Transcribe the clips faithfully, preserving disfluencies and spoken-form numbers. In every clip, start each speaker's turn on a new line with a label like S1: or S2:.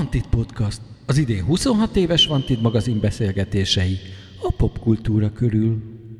S1: Vantit Podcast, az idén huszonhat éves Vantit magazin beszélgetései a popkultúra körül.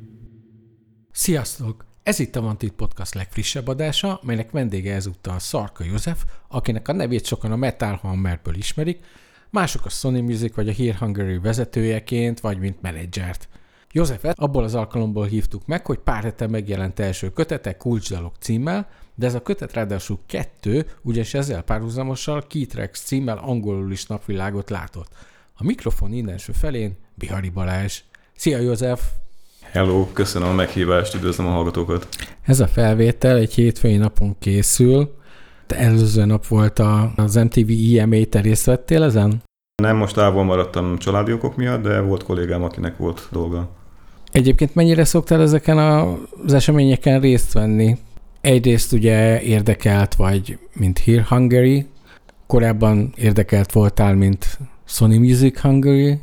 S1: Sziasztok! Ez itt a Vantit Podcast legfrissebb adása, melynek vendége ezúttal Szarka József, akinek a nevét sokan a Metal Hammerből ismerik, mások a Sony Music vagy a Here Hungary vezetőjeként, vagy mint menedzsert. Józsefet abból az alkalomból hívtuk meg, hogy pár hete megjelent első kötete Kulcsdalok címmel, de ez a kötet ráadásul kettő, ugyanis ezzel párhuzamosan Keytracks címmel angolul is napvilágot látott. A mikrofon innenső felén Bihari Balázs. Szia József!
S2: Hello, köszönöm a meghívást, üdvözlöm a hallgatókat.
S1: Ez a felvétel egy hétfői napon készül. Te előző nap volt az em té vé i em á, te részt vettél ezen?
S2: Nem, most távol maradtam családi okok miatt, de volt kollégám, akinek volt dolga.
S1: Egyébként mennyire szoktál ezeken az eseményeken részt venni? Egyrészt ugye érdekelt vagy, mint Here Hungary, korábban érdekelt voltál, mint Sony Music Hungary,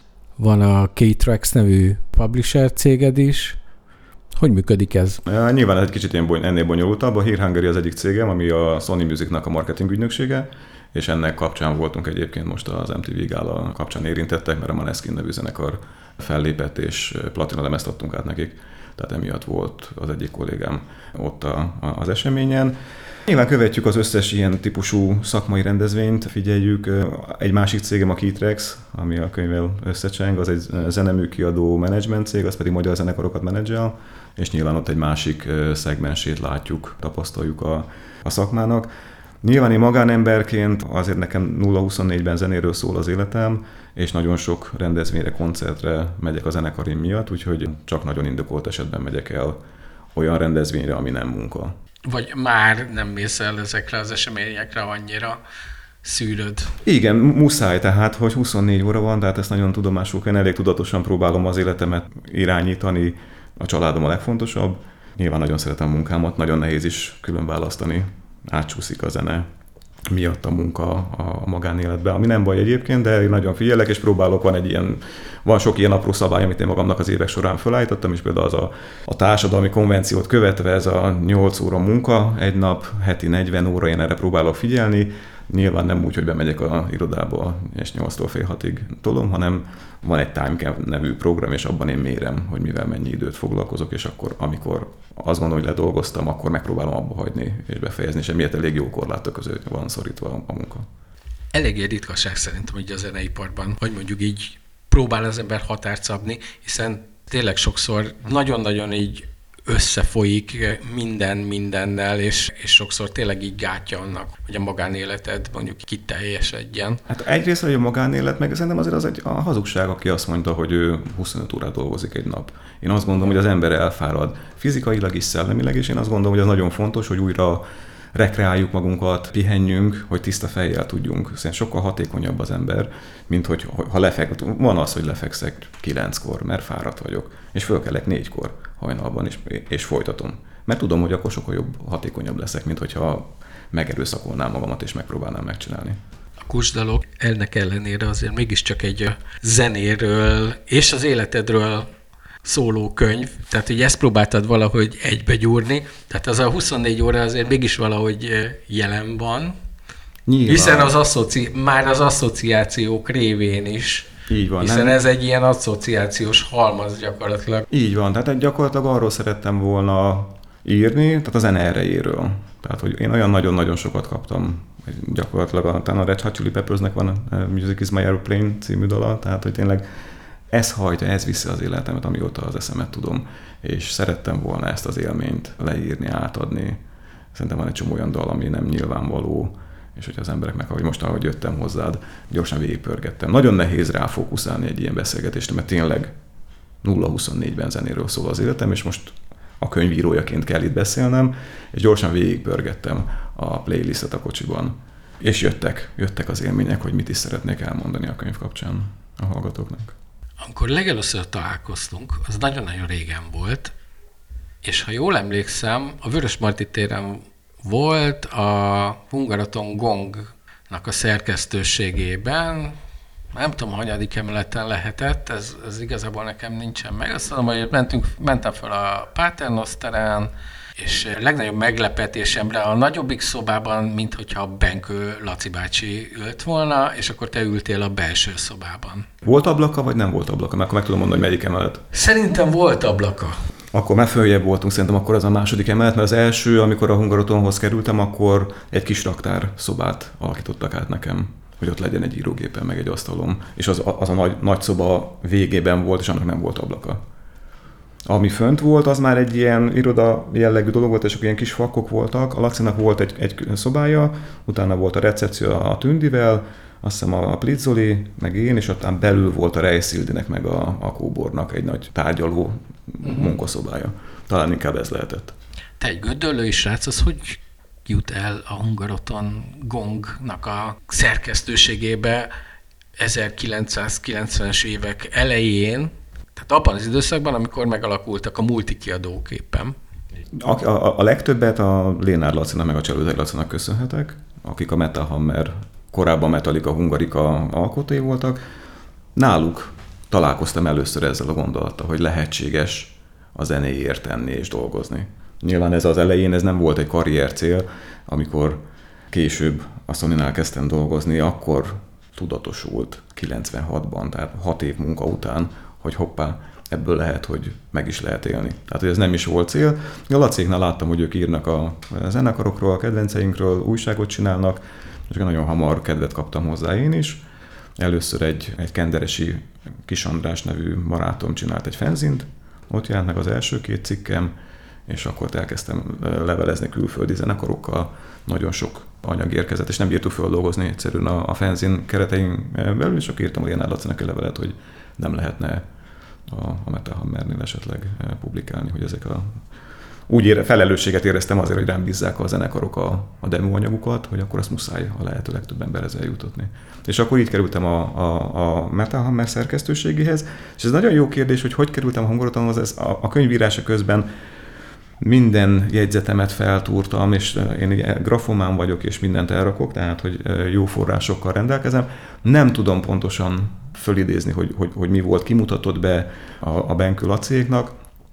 S1: van a Keytracks nevű publisher céged is. Hogy működik ez?
S2: Ja, nyilván ez egy kicsit ilyen, ennél bonyolultabb. A Here Hungary az egyik cégem, ami a Sony Musicnak a marketing ügynöksége, és ennek kapcsán voltunk egyébként most az em té vé gála kapcsán érintettek, mert a Maneskin nevű zenekar fellépett, és platina lemezt adtunk át nekik. Tehát emiatt volt az egyik kollégám ott a, a, az eseményen. Nyilván követjük az összes ilyen típusú szakmai rendezvényt, figyeljük. Egy másik cégem a Keytracks, ami a könyvvel összecseng, az egy zeneműkiadó menedzsment cég, az pedig magyar zenekarokat menedzsel, és nyilván ott egy másik szegmensét látjuk, tapasztaljuk a, a szakmának. Nyilván én magánemberként azért nekem nulla huszonnégyben zenéről szól az életem, és nagyon sok rendezvényre, koncertre megyek a zenekarim miatt, úgyhogy csak nagyon indokolt esetben megyek el olyan rendezvényre, ami nem munka.
S1: Vagy már nem mész el ezekre az eseményekre annyira, szűröd?
S2: Igen, muszáj, tehát, hogy huszonnégy óra van, tehát ezt nagyon tudomásul kell, elég tudatosan próbálom az életemet irányítani, a családom a legfontosabb. Nyilván nagyon szeretem a munkámat, nagyon nehéz is külön választani, átcsúszik a zene miatt a munka a magánéletben, ami nem baj egyébként, de én nagyon figyelek, és próbálok, van egy ilyen, van sok ilyen apró szabály, amit én magamnak az évek során felállítottam, és például az a, a társadalmi konvenciót követve ez a nyolc óra munka, egy nap, heti negyven óra, én erre próbálok figyelni. Nyilván nem úgy, hogy bemegyek az irodába, és nyolctól fél hatig tolom, hanem van egy Timecamp nevű program, és abban én mérem, hogy mivel mennyi időt foglalkozok, és akkor, amikor azt gondolom, hogy ledolgoztam, akkor megpróbálom abba hagyni és befejezni, és emiatt elég jó korlátok között van szorítva a munka.
S1: Eléggé ritkaság szerintem így a zeneiparban, hogy mondjuk így próbál az ember határt szabni, hiszen tényleg sokszor nagyon-nagyon így összefolyik minden mindennel, és, és sokszor tényleg így gátja annak, hogy a magánéleted mondjuk kiteljesedjen.
S2: Hát egyrészt, hogy a magánélet, meg szerintem azért az egy a hazugság, aki azt mondta, hogy ő huszonöt órát dolgozik egy nap. Én azt gondolom, hogy az ember elfárad fizikailag is, szellemileg, és én azt gondolom, hogy az nagyon fontos, hogy újra rekreáljuk magunkat, pihenjünk, hogy tiszta fejjel tudjunk. Szerintem sokkal hatékonyabb az ember, mint hogy ha lefek, van az, hogy lefekszek kilenckor, mert fáradt vagyok, és fölkelek négykor hajnalban, és, és folytatom. Mert tudom, hogy akkor sokkal jobb, hatékonyabb leszek, mint hogyha megerőszakolnám magamat, és megpróbálnám megcsinálni.
S1: A Kulcsdalok ennek ellenére azért mégiscsak egy zenéről és az életedről szóló könyv, tehát hogy ezt próbáltad valahogy egybegyúrni, tehát az a huszonnégy óra azért mégis valahogy jelen van, nyilván. Hiszen az asszociá- már az asszociációk révén is,
S2: így van,
S1: hiszen
S2: nem?
S1: Ez egy ilyen asszociációs halmaz gyakorlatilag.
S2: Így van, tehát gyakorlatilag arról szerettem volna írni, tehát a zene erejéről. Tehát, hogy én olyan nagyon-nagyon sokat kaptam, gyakorlatilag a, talán a Red Hot Chili Peppersnek van a Music is my Airplane című dala, tehát hogy tényleg ez hajtja, ez viszi az életemet, amióta az eszemet tudom, és szerettem volna ezt az élményt leírni, átadni. Szerintem van egy csomó olyan dal, ami nem nyilvánvaló, és hogyha az embereknek, ahogy most, ahogy jöttem hozzád, gyorsan végigpörgettem. Nagyon nehéz ráfókuszálni egy ilyen beszélgetésre, mert tényleg nulla huszonnégyben zenéről szól az életem, és most a könyvírójaként kell itt beszélnem, és gyorsan végigpörgettem a playlistet a kocsiban. És jöttek, jöttek az élmények, hogy mit is szeretnék elmondani a könyv kapcsán a hallgatóknak.
S1: Amikor legelőször találkoztunk, az nagyon-nagyon régen volt, és ha jól emlékszem, a Vörösmarty téren volt a Hungaroton Gongnak a szerkesztőségében, nem tudom, hanyadik emeleten lehetett, ez, ez igazából nekem nincsen meg. Azt mondom, hogy mentünk, mentem fel a Paternoszteren, És legnagyobb meglepetésemre a nagyobbik szobában, minthogyha Benkő Laci bácsi ült volna, és akkor te ültél a belső szobában.
S2: Volt ablaka, vagy nem volt ablaka? Mert akkor meg tudom mondani, hogy melyik emelet.
S1: Szerintem volt ablaka.
S2: Akkor már följebb voltunk, szerintem akkor ez a második emelet, mert az első, amikor a Hungarotonhoz kerültem, akkor egy kis raktár szobát alakítottak át nekem, hogy ott legyen egy írógépem, meg egy asztalom. És az, az a nagy, nagy szoba végében volt, és annak nem volt ablaka. Ami fönt volt, az már egy ilyen iroda jellegű dolog volt, és akkor ilyen kis fakok voltak. A Lacinak volt egy, egy szobája, utána volt a recepció a Tündivel, azt hiszem a Plitzoli, meg én, és aztán belül volt a Reiszildinek, meg a, a Kóbornak egy nagy tárgyaló uh-huh. munkaszobája. Talán inkább ez lehetett.
S1: Te egy gödöllői srác, az hogy jut el a Hungaroton gongnak a szerkesztőségébe ezerkilencszázkilencvenes évek elején, tehát abban az időszakban, amikor megalakultak a multikiadók éppen.
S2: A, a, a legtöbbet a Lénár Lacinak meg a Cselődei Lacinak köszönhetek, akik a Metal Hammer, korábban Metallica Hungarika alkotói voltak. Náluk találkoztam először ezzel a gondolattal, hogy lehetséges a zenéért tenni és dolgozni. Nyilván ez az elején ez nem volt egy karrier cél, amikor később a Sonynál kezdtem dolgozni, akkor tudatosult kilencvenhatban, tehát hat év munka után, hogy hoppá, ebből lehet, hogy meg is lehet élni. Tehát, hogy ez nem is volt cél. A Lacéknál láttam, hogy ők írnak a zenekarokról, a kedvenceinkről, újságot csinálnak, és nagyon hamar kedvet kaptam hozzá én is. Először egy, egy kenderesi Kis András nevű barátom csinált egy fanzint, ott jelent meg az első két cikkem, és akkor elkezdtem levelezni külföldi zenekarokkal, nagyon sok anyag érkezett, és nem bírtuk földolgozni egyszerűen a, a fanzin keretein belül, és akkor írtam a Lénár Lacinak egy levelet, hogy nem lehetne a, a Metal Hammernél esetleg publikálni, hogy ezek a... Úgy ére, felelősséget éreztem azért, hogy rám bízzák a zenekarok a, a demo anyagukat, hogy akkor azt muszáj a lehető legtöbb emberhez eljutatni. És akkor így kerültem a, a, a Metal Hammer szerkesztőségéhez, és ez nagyon jó kérdés, hogy hogy kerültem a Hungarotonhoz, ez a, a könyvírása közben minden jegyzetemet feltúrtam, és én grafomán vagyok, és mindent elrakok, tehát hogy jó forrásokkal rendelkezem. Nem tudom pontosan fölidézni, hogy, hogy, hogy mi volt, kimutatott be a, a Benkő Lacéknak.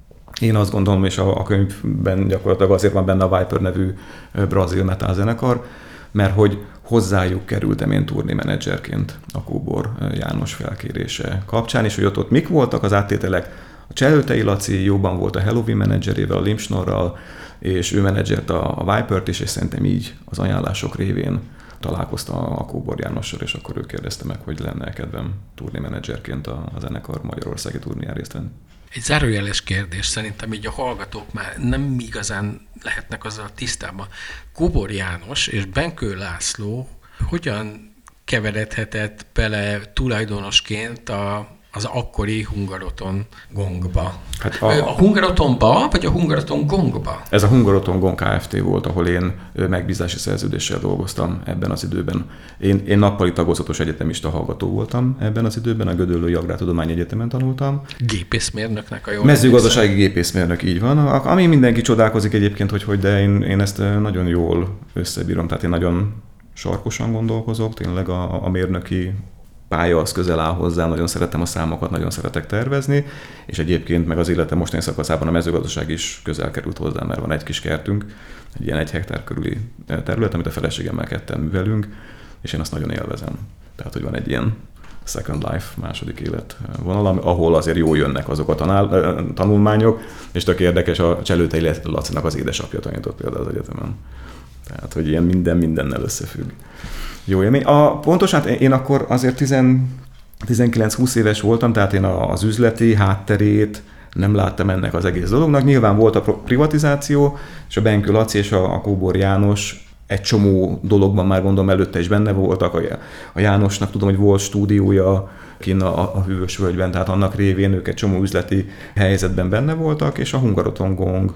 S2: Én azt gondolom, és a, a könyvben gyakorlatilag azért van benne a Viper nevű brazil metal zenekar, mert hogy hozzájuk kerültem én turnémenedzserként a Kóbor János felkérése kapcsán, és hogy ott, ott mik voltak az áttételek. A Cselődei Laci jóban volt a Halloween menedzserével, a Limpsnorral, és ő menedzsert a Vipert is, és szerintem így az ajánlások révén találkoztam a Kóbor Jánossal, és akkor ő kérdezte meg, hogy lenne kedvem turnémenedzserként a, a zenekar magyarországi turnéján részt venni.
S1: Egy zárójeles kérdés, szerintem így a hallgatók már nem igazán lehetnek azzal tisztában. Kóbor János és Benkő László hogyan keveredhetett bele tulajdonosként a az akkori Hungaroton gongba. Hát a, a Hungarotonba, vagy a Hungaroton gongba?
S2: Ez a Hungaroton Gong Kft. Volt, ahol én megbízási szerződéssel dolgoztam ebben az időben. Én, én nappali tagozatos egyetemista hallgató voltam ebben az időben, a Gödöllői Agrártudományi Egyetemen tanultam.
S1: Gépészmérnöknek a jól
S2: Mezőgazdasági gépészmérnök, így van. Ami mindenki csodálkozik egyébként, hogy, hogy de én, én ezt nagyon jól összebírom, tehát én nagyon sarkosan gondolkozok, tényleg a, a mérnöki pálya az közel áll hozzá, nagyon szeretem a számokat, nagyon szeretek tervezni, és egyébként meg az életem mostani szakaszában a mezőgazdaság is közel került hozzá, mert van egy kis kertünk, egy ilyen egy hektár körüli terület, amit a feleségemmel ketten művelünk, és én azt nagyon élvezem. Tehát, hogy van egy ilyen Second Life, második élet vonal, ahol azért jól jönnek azok a tanál, tanulmányok, és tök érdekes, a Cselődei Lacinak az édesapja tanított például az egyetemen. Tehát, hogy ilyen minden mindennel összefügg. Jó élmény. A, pontosan, én akkor azért tizenkilenc-húsz éves voltam, tehát én az üzleti hátterét nem láttam ennek az egész dolognak. Nyilván volt a privatizáció, és a Benkő Laci és a, a Kóbor János egy csomó dologban már gondolom előtte is benne voltak. A, a Jánosnak tudom, hogy volt stúdiója kinn a, a Hűvösvölgyben, tehát annak révén ők egy csomó üzleti helyzetben benne voltak, és a Hungaroton Gong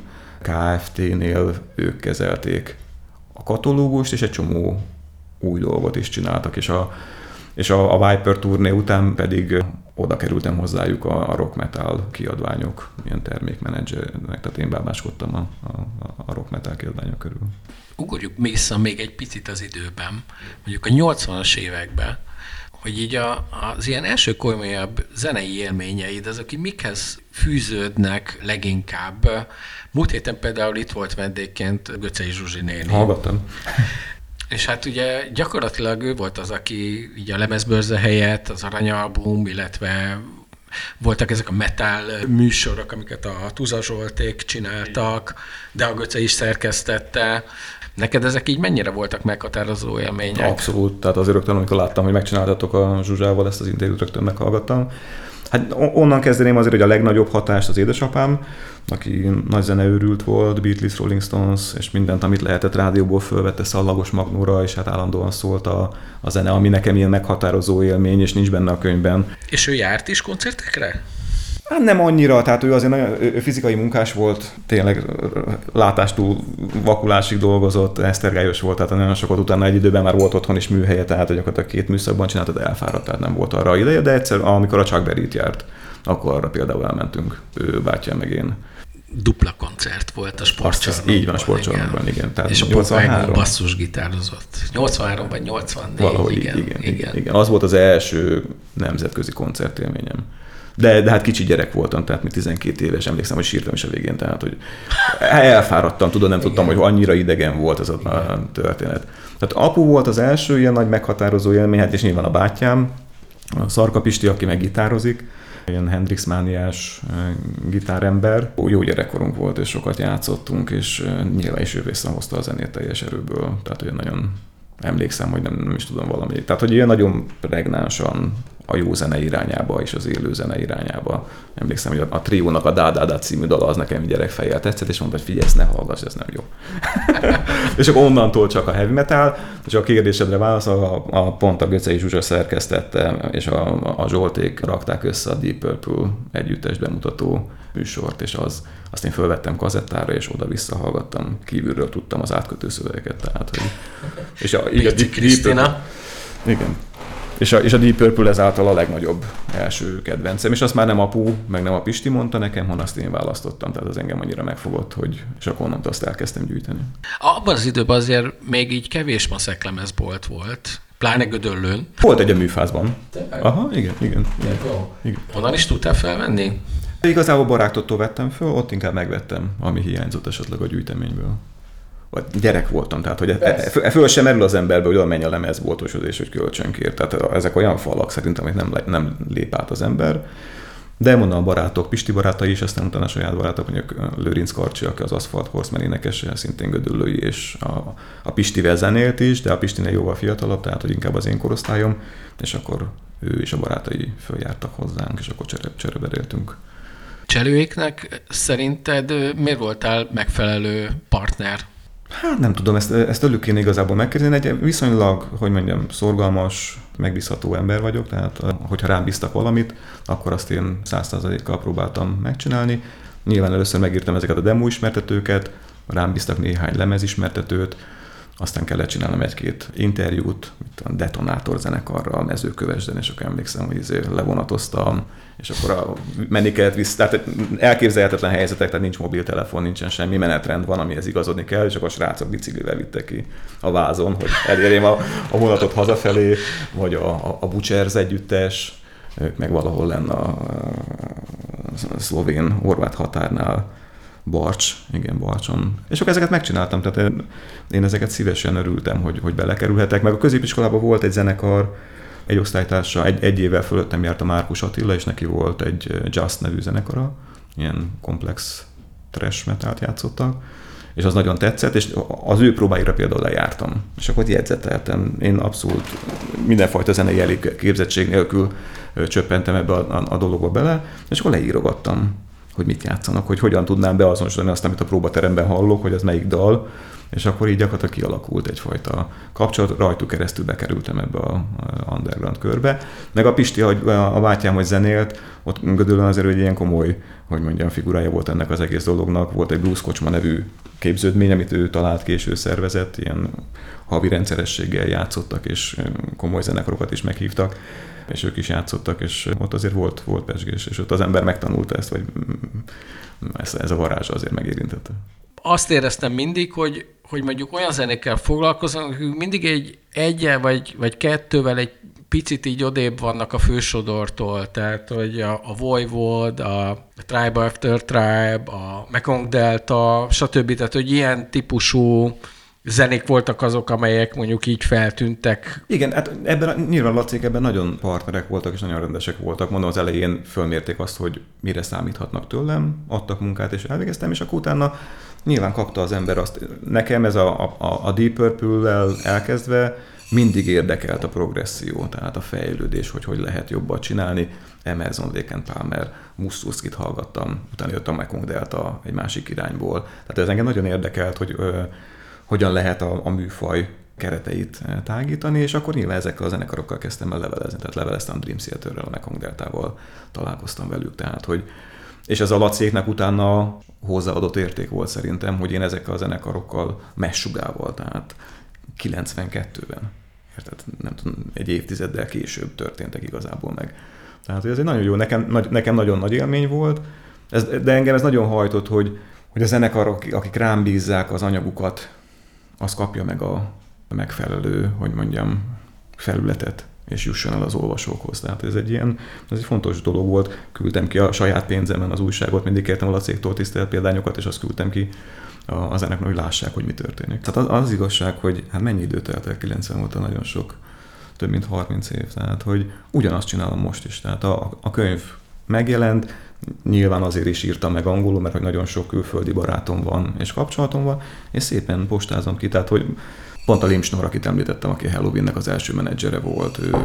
S2: Kft-nél ők kezelték a katalógust, és egy csomó új dolgot is csináltak, és a, és a, a Viper turné után pedig oda kerültem hozzájuk a, a rock metal kiadványok, ilyen termékmenedzsernek, tehát én bábáskodtam a, a, a rock metal kiadványok körül.
S1: Ugorjuk vissza még egy picit az időben, mondjuk a nyolcvanas években, hogy így a, az ilyen első komolyabb zenei élményeid, azok így mikhez fűződnek leginkább? Múlt héten például itt volt vendégként Göcsei Zsuzsi néni.
S2: Hallgattam.
S1: És hát ugye gyakorlatilag ő volt az, aki így a lemezbőrze helyett az aranyalbum, illetve voltak ezek a metal műsorok, amiket a Tuza Zsolték csináltak, de a Göcce is szerkesztette. Neked ezek így mennyire voltak meghatározó élmények?
S2: Abszolút, tehát azért rögtön, amikor láttam, hogy megcsináltatok a Zsuzsával ezt az interjút, rögtön meghallgattam. Hát onnan kezdeném azért, hogy a legnagyobb hatást az édesapám, aki nagy zeneőrült volt, Beatles, Rolling Stones, és mindent, amit lehetett rádióból fölvette Szallagos Magnóra, és hát állandóan szólt a, a zene, ami nekem ilyen meghatározó élmény, és nincs benne a könyvben.
S1: És ő járt is koncertekre?
S2: Hát nem annyira, tehát ő azért nagyon ő fizikai munkás volt, tényleg látástól vakulásig dolgozott, esztergályos volt, tehát nagyon sokat utána egy időben már volt otthon is műhelye, tehát gyakorlatilag két műszakban csinálta, de elfáradt, tehát nem volt arra ideje, de egyszer, amikor a Chuck Berry-t járt, akkor arra például elmentünk, ő bátyám meg én.
S1: Dupla koncert volt a sportcsarnokban.
S2: Így van, a sportcsarnokban, igen. igen. Tehát
S1: és a Popágon basszusgitározott. nyolcvanhárom vagy nyolcvannégy.
S2: Valahogy
S1: igen,
S2: igen, igen,
S1: igen.
S2: igen. Az volt az első nemzetközi koncertélményem. De, de hát kicsi gyerek voltam, tehát mi tizenkét éves, emlékszem, hogy sírtam is a végén, tehát hogy elfáradtam, tudod, nem igen. tudtam, hogy annyira idegen volt ez a igen. történet. Tehát apu volt az első ilyen nagy meghatározó élmény, hát és nyilván a bátyám, a Szarka Pisti, aki meg gitározik, ilyen Hendrix mániás gitárember. Jó gyerekkorunk volt, és sokat játszottunk, és nyilván is ő visszahozta a zenét teljes erőből, tehát hogy nagyon emlékszem, hogy nem, nem is tudom valami. Tehát, hogy ilyen nagyon pregnánsan a jó zene irányába és az élő zene irányába. Emlékszem, hogy a, a Triónak a Da Da Da című dala az nekem gyerekfejjel tetszett, és mondta, hogy figyelj, ezt ne hallgass, ez nem jó. És akkor onnantól csak a heavy metal, és a kérdésedre válasz, a, a pont a Göcsei Zsuzsa szerkesztette, és a, a Zsolték rakták össze a Deep Purple együttes bemutató műsort, és az, azt én fölvettem kazettára, és oda-vissza hallgattam, kívülről tudtam az átkötő szövegeket, tehát, hogy... És a,
S1: igen, Deep, Krisztina.
S2: Igen. És a, és a Deep Purple ezáltal a legnagyobb első kedvencem, és azt már nem apu, meg nem a Pisti mondta nekem, hanem azt én választottam, tehát az engem annyira megfogott, hogy és akkor onnantól azt elkezdtem gyűjteni.
S1: Abban az időben azért még így kevés maszeklemezbolt volt, pláne Gödöllőn.
S2: Volt egy a Műfázban. Aha, igen, igen. igen.
S1: igen. Onnan is tudtál felvenni?
S2: Igazából barátottól vettem föl, ott inkább megvettem, ami hiányzott esetleg a gyűjteményből. Vagy gyerek voltam, tehát hogy e, föl sem merül az emberbe, hogy oda menj a lemezboltoshoz, és hogy kölcsönkér. Tehát ezek olyan falak szerintem, amit nem, nem lép át az ember. De mondom, a barátok, Pisti barátai is, aztán utána a saját barátok, mondjuk Lőrinc Karcsi, aki az Asphalt Horseman énekes, szintén gödöllői, és a, a Pistivel zenélt is, de a Pistinél jóval fiatalabb, tehát hogy inkább az én korosztályom, és akkor ő és a barátai följártak hozzánk, és akkor csere, csereberéltünk.
S1: Cselőéknek szerinted miért voltál megfelelő partner?
S2: Hát nem tudom, ezt, ezt tőlük kéne igazából megkérdezni. Egy viszonylag, hogy mondjam, szorgalmas, megbízható ember vagyok, tehát hogyha rám bíztak valamit, akkor azt én száz százalékkal próbáltam megcsinálni. Nyilván először megírtam ezeket a demo ismertetőket, rám bíztak néhány lemezismertetőt, aztán kellett csinálnom egy-két interjút, a Detonátor zenekarral, Mezőkövesden, és akkor emlékszem, hogy ezért levonatoztam, és akkor a menni kellett vissza, tehát elképzelhetetlen helyzetek, tehát nincs mobiltelefon, nincsen semmi, menetrend van, amihez igazodni kell, és akkor a srácok biciklivel vittek ki a vázon, hogy elérjem a, a vonatot hazafelé, vagy a, a, a Butchers együttes, ők meg valahol lenne a, a szlovén-horvát határnál, Barcs, igen, Barcson. És akkor ezeket megcsináltam, tehát én, én ezeket szívesen örültem, hogy, hogy belekerülhetek. Meg a középiskolában volt egy zenekar, egy osztálytársa, egy, egy évvel fölöttem járt a Márkus Attila, és neki volt egy Just nevű zenekara, ilyen komplex trash metalt játszottak, és az nagyon tetszett, és az ő próbáira például lejártam. És akkor jegyzeteltem. Én abszolút mindenfajta zenei elégképzettség nélkül csöppentem ebbe a, a, a dologba bele, és akkor leírogattam, hogy mit játszanak, hogy hogyan tudnám beazonosítani azt, amit a próbateremben hallok, hogy az melyik dal, és akkor így gyakorlatilag kialakult egyfajta kapcsolat, rajtuk keresztül bekerültem ebbe a underground körbe. Meg a Pisti, a bátyám, hogy zenélt, ott Gödöllőn azért egy ilyen komoly, hogy mondjam, figurája volt ennek az egész dolognak. Volt egy Blues Kocsma nevű képződmény, amit ő talált késő szervezett, ilyen havi rendszerességgel játszottak, és komoly zenekarokat is meghívtak, és ők is játszottak, és ott azért volt, volt pezsgés, és ott az ember megtanulta ezt, vagy ez, ez a varázs azért megérintette.
S1: Azt éreztem mindig, hogy, hogy mondjuk olyan zenékkel foglalkozom, hogy mindig egy egyel vagy, vagy kettővel egy picit így odébb vannak a fősodortól, tehát hogy a, a Voivod, a Tribe After Tribe, a Mekong Delta, stb. Tehát, hogy ilyen típusú zenék voltak azok, amelyek mondjuk így feltűntek.
S2: Igen, hát ebben nyilván Lacék ebben nagyon partnerek voltak, és nagyon rendesek voltak. Mondom, az elején fölmérték azt, hogy mire számíthatnak tőlem, adtak munkát, és elvégeztem, és akkor utána nyilván kapta az ember azt. Nekem ez a, a, a Deep Purple-lel elkezdve mindig érdekelt a progresszió, tehát a fejlődés, hogy hogy lehet jobban csinálni. Emerson, Lake and Palmer, Mussorgskit hallgattam, utána jött a Mekong Delta egy másik irányból. Tehát ez engem nagyon érdekelt, hogy ö, hogyan lehet a, a műfaj kereteit tágítani, és akkor nyilván ezekkel a zenekarokkal kezdtem el levelezni, tehát leveleztem a Dream Theaterrel, a Mekong Deltával, találkoztam velük, tehát hogy és ez a Lacéknek utána hozzáadott érték volt szerintem, hogy én ezekkel a zenekarokkal messugával, tehát kilencvenkettőben, érted, nem tudom, egy évtizeddel később történtek igazából meg. Tehát ez egy nagyon jó, nekem, nekem nagyon nagy élmény volt, ez, de engem ez nagyon hajtott, hogy, hogy a zenekarok, akik rám bízzák az anyagukat, az kapja meg a megfelelő, hogy mondjam, felületet, és jusson el az olvasókhoz. Tehát ez egy ilyen, ez egy fontos dolog volt. Küldtem ki a saját pénzemen az újságot, mindig kértem a Lacéktól tisztelt példányokat, és azt küldtem ki a zenek, hogy lássák, hogy mi történik. Tehát az, az igazság, hogy hát mennyi időt telt el, kilencven óta nagyon sok, több mint harminc év, tehát hogy ugyanazt csinálom most is. Tehát a, a könyv megjelent, nyilván azért is írtam meg angolul, mert hogy nagyon sok külföldi barátom van és kapcsolatom van, és szépen postázom ki, tehát hogy pont a Lim Schnorr, akit említettem, aki Helloweennek az első menedzsere volt, ő,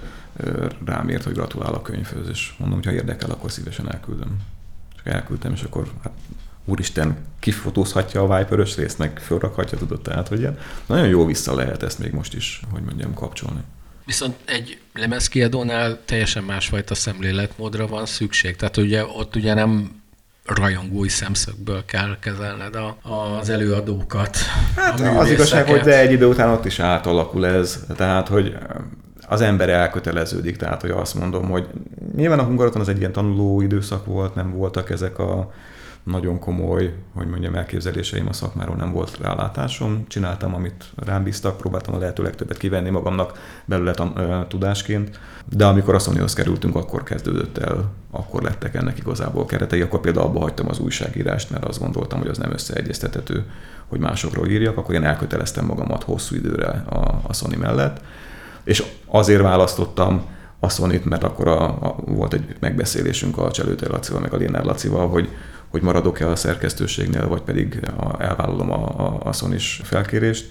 S2: ő rám írt, hogy gratulál a könyvhöz, és mondom, hogy ha érdekel, akkor szívesen elküldöm. Csak elküldtem, és akkor hát úristen, kifotózhatja a Viper-ös részt, meg fölrakhatja, tudod, tehát, hogy ilyen nagyon jó vissza lehet ezt még most is, hogy mondjam, kapcsolni.
S1: Viszont egy lemezkiadónál teljesen másfajta szemléletmódra van szükség. Tehát ugye ott ugye nem rajongói szemszögből kell kezelned a, az előadókat.
S2: Hát az igazság, hogy de egy idő után ott is átalakul ez, tehát hogy az ember elköteleződik, tehát hogy azt mondom, hogy nyilván a Hungaroton az egy ilyen tanuló időszak volt, nem voltak ezek a nagyon komoly, hogy mondjam, elképzeléseim a szakmáról, nem volt rálátásom. Csináltam, amit rám bíztak, próbáltam a lehető legtöbbet kivenni magamnak belőle tudásként, de amikor a Sonyhoz kerültünk, akkor kezdődött el, akkor lettek ennek igazából keretei, akkor például abba hagytam az újságírást, mert azt gondoltam, hogy az nem összeegyeztethető, hogy másokról írjak, akkor én elköteleztem magamat hosszú időre a, a Sony mellett, és azért választottam a Sonyt, mert akkor a, a, volt egy megbeszélésünk a Cselőter Lacival, meg a Lénár Lacival, hogy hogy maradok-e a szerkesztőségnél, vagy pedig elvállalom a, a, a Sony-s felkérést.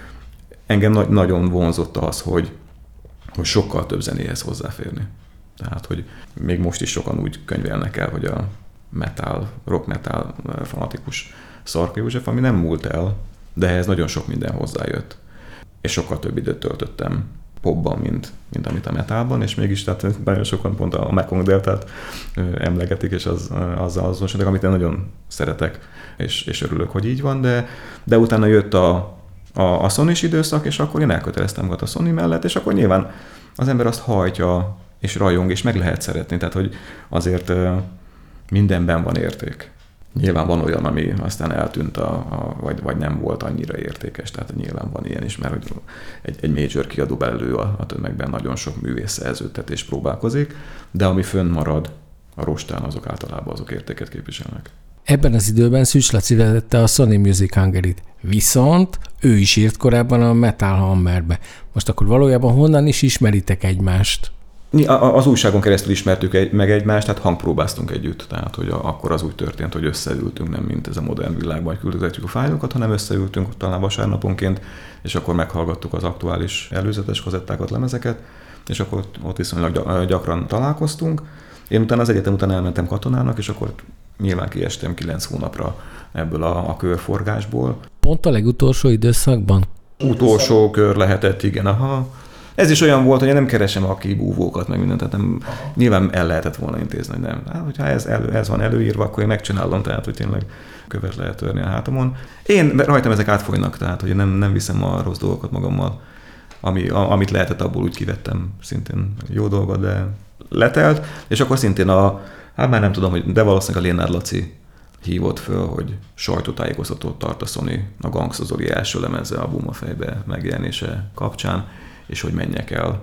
S2: Engem na- nagyon vonzott az, hogy, hogy sokkal több zenéhez hozzáférni. Tehát, hogy még most is sokan úgy könyvelnek el, hogy a metal, rock metal fanatikus Szarka József, ami nem múlt el, de ehhez nagyon sok minden hozzájött. És sokkal több időt töltöttem popban, mint, mint amit a metalban, és mégis tehát nagyon sokan pont a Mekong Deltát emlegetik, és az, azzal azonosulnak, amit én nagyon szeretek, és, és örülök, hogy így van, de, de utána jött a, a, a Sony-s időszak, és akkor én elköteleztem magam a Sony mellett, és akkor nyilván az ember azt hajtja, és rajong, és meg lehet szeretni, tehát hogy azért mindenben van érték. Nyilván van olyan, ami aztán eltűnt, a, a, vagy, vagy nem volt annyira értékes, tehát nyilván van ilyen is, mert hogy egy, egy major kiadó belül a, a tömegben nagyon sok művész szerződtetés próbálkozik, de ami fönn marad a rostán, azok általában azok értéket képviselnek.
S1: Ebben az időben Szűcs Laci vezette a Sony Music Hungary-t, viszont ő is írt korábban a Metal Hammerbe. Most akkor valójában honnan is ismeritek egymást?
S2: Az újságon keresztül ismertük egy, meg egymást, tehát hangpróbáztunk együtt. Tehát, hogy a, akkor az úgy történt, hogy összeültünk, nem mint ez a modern világban, hogy küldözgetjük a fájlokat, hanem összeültünk talán vasárnaponként, és akkor meghallgattuk az aktuális előzetes kazettákat, lemezeket, és akkor ott viszonylag gyakran találkoztunk. Én utána az egyetem után elmentem katonának, és akkor nyilván kiestem kilenc hónapra ebből a, a körforgásból.
S1: Pont a legutolsó időszakban?
S2: Utolsó kör lehetett, igen, aha. Ez is olyan volt, hogy én nem keresem a kibúvókat, meg mindent, tehát nem, nyilván el lehetett volna intézni, hogy nem. Hát, hogyha ez, elő, ez van előírva, akkor én megcsinálom, tehát, hogy tényleg követ lehet törni a hátamon. Én rajtam ezek átfolynak, tehát, hogy én nem, nem viszem a rossz dolgokat magammal, ami, a, amit lehetett, abból úgy kivettem szintén jó dolgot, de letelt, és akkor szintén a, hát már nem tudom, hogy, de valószínűleg a Lénár Laci hívott föl, hogy sajtótájékoztatót tart a Sony a Gangsta Zoli első lemeze a Buma fejbe megjelenése kapcsán, és hogy menjek el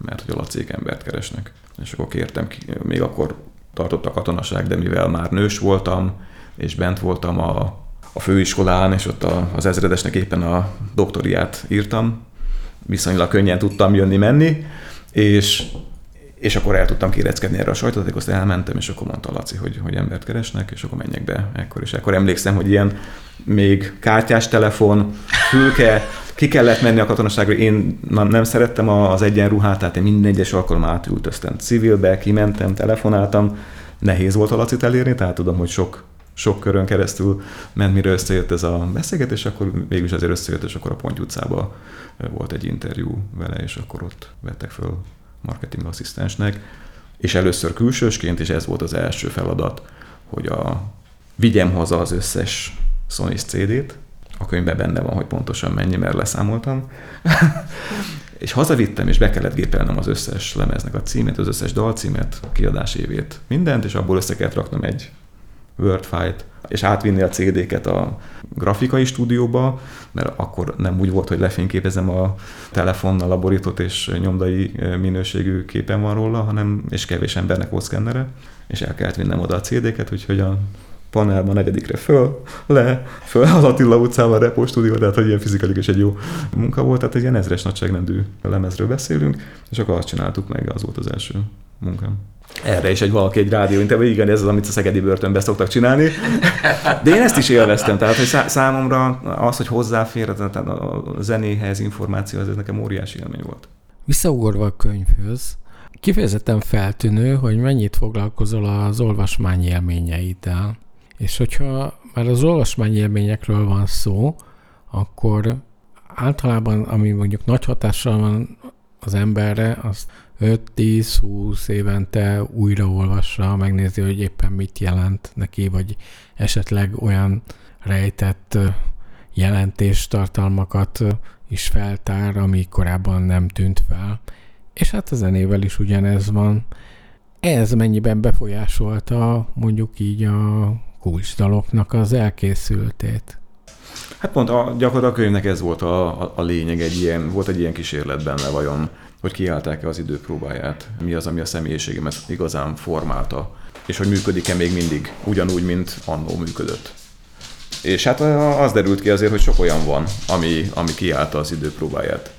S2: mert hogy a lacék embert keresnek. És akkor kértem ki, még akkor tartott a katonaság, de mivel már nős voltam, és bent voltam a, a főiskolán, és ott a, az ezredesnek éppen a doktoriát írtam, viszonylag könnyen tudtam jönni-menni, és, és akkor el tudtam kéreckedni erre a sajtot, azt elmentem, és akkor mondta Laci, hogy, hogy embert keresnek, és akkor menjek be ekkor. És akkor emlékszem, hogy ilyen még kártyás telefon, fülke, ki kellett menni a katonaságra, én nem szerettem az egyenruhát, tehát én minden egyes alkalommal átültöztem civilbe, kimentem, telefonáltam, nehéz volt a Lacit elérni, tehát tudom, hogy sok, sok körön keresztül ment, mire összejött ez a beszélgetés, akkor végülis azért összejött, és akkor a Ponty utcában volt egy interjú vele, és akkor ott vettek föl marketing asszisztensnek, és először külsősként, és ez volt az első feladat, hogy a, vigyem haza az összes Sony cé dét, a könyvben benne van, hogy pontosan mennyi, mert leszámoltam. És hazavittem, és be kellett gépelnem az összes lemeznek a címét, az összes dalcímet, a kiadás évét, mindent, és abból össze kellett raknom egy Word file-t, és átvinni a cé déket a grafikai stúdióba, mert akkor nem úgy volt, hogy lefényképezem a telefonnal a borítót, és nyomdai minőségű képen van róla, hanem, és kevés embernek volt szkennere, és el kellett vinnem oda a cé déket, úgyhogy a panelban a negyedikre föl, le, föl az Attila utcában a Repó stúdió, tehát hogy ilyen fizikailag is egy jó munka volt, tehát egy ilyen ezres nagyságrendű lemezről beszélünk, és akkor azt csináltuk meg, az volt az első munkám. Erre is egy valaki egy rádió interjú, igen, ez az, amit a szegedi börtönben szoktak csinálni. De én ezt is élveztem, tehát hogy számomra az, hogy hozzáfér a zenéhez, információhoz, ez nekem óriási élmény volt.
S1: Visszaugorva a könyvhöz, kifejezetten feltűnő, hogy mennyit foglalkozol az olvasmány élményeiddel. És hogyha már az olvasmány élményekről van szó, akkor általában, ami mondjuk nagy hatással van az emberre, az öt-tíz-húsz évente újraolvassa, megnézi, hogy éppen mit jelent neki, vagy esetleg olyan rejtett jelentéstartalmakat is feltár, ami korábban nem tűnt fel. És hát a zenével is ugyanez van. Ez mennyiben befolyásolta mondjuk így a kulcsdaloknak az elkészültét?
S2: Hát pont a, gyakorlatilag a könyvnek ez volt a, a, a lényeg, egy ilyen, volt egy ilyen kísérlet benne vajon, hogy kiállták-e az idő próbáját, mi az, ami a személyiségemet igazán formálta, és hogy működik-e még mindig ugyanúgy, mint annó működött. És hát az derült ki azért, hogy sok olyan van, ami, ami kiállta az idő próbáját.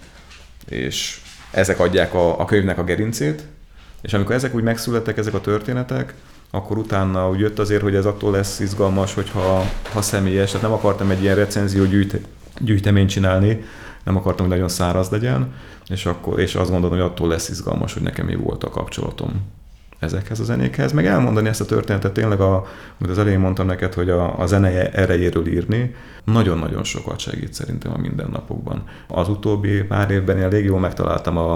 S2: És ezek adják a, a könyvnek a gerincét, és amikor ezek úgy megszülettek, ezek a történetek, akkor utána úgy jött azért, hogy ez attól lesz izgalmas, hogyha ha személyes, tehát nem akartam egy ilyen recenzió gyűjte, gyűjteményt csinálni, nem akartam, hogy nagyon száraz legyen, és, akkor, és azt gondolom, hogy attól lesz izgalmas, hogy nekem mi volt a kapcsolatom ezekhez a zenékhez. Meg elmondani ezt a történetet, tényleg, a, amit az elején mondtam neked, hogy a, a zene erejéről írni, nagyon-nagyon sokat segít szerintem a mindennapokban. Az utóbbi pár évben én elég jól megtaláltam a,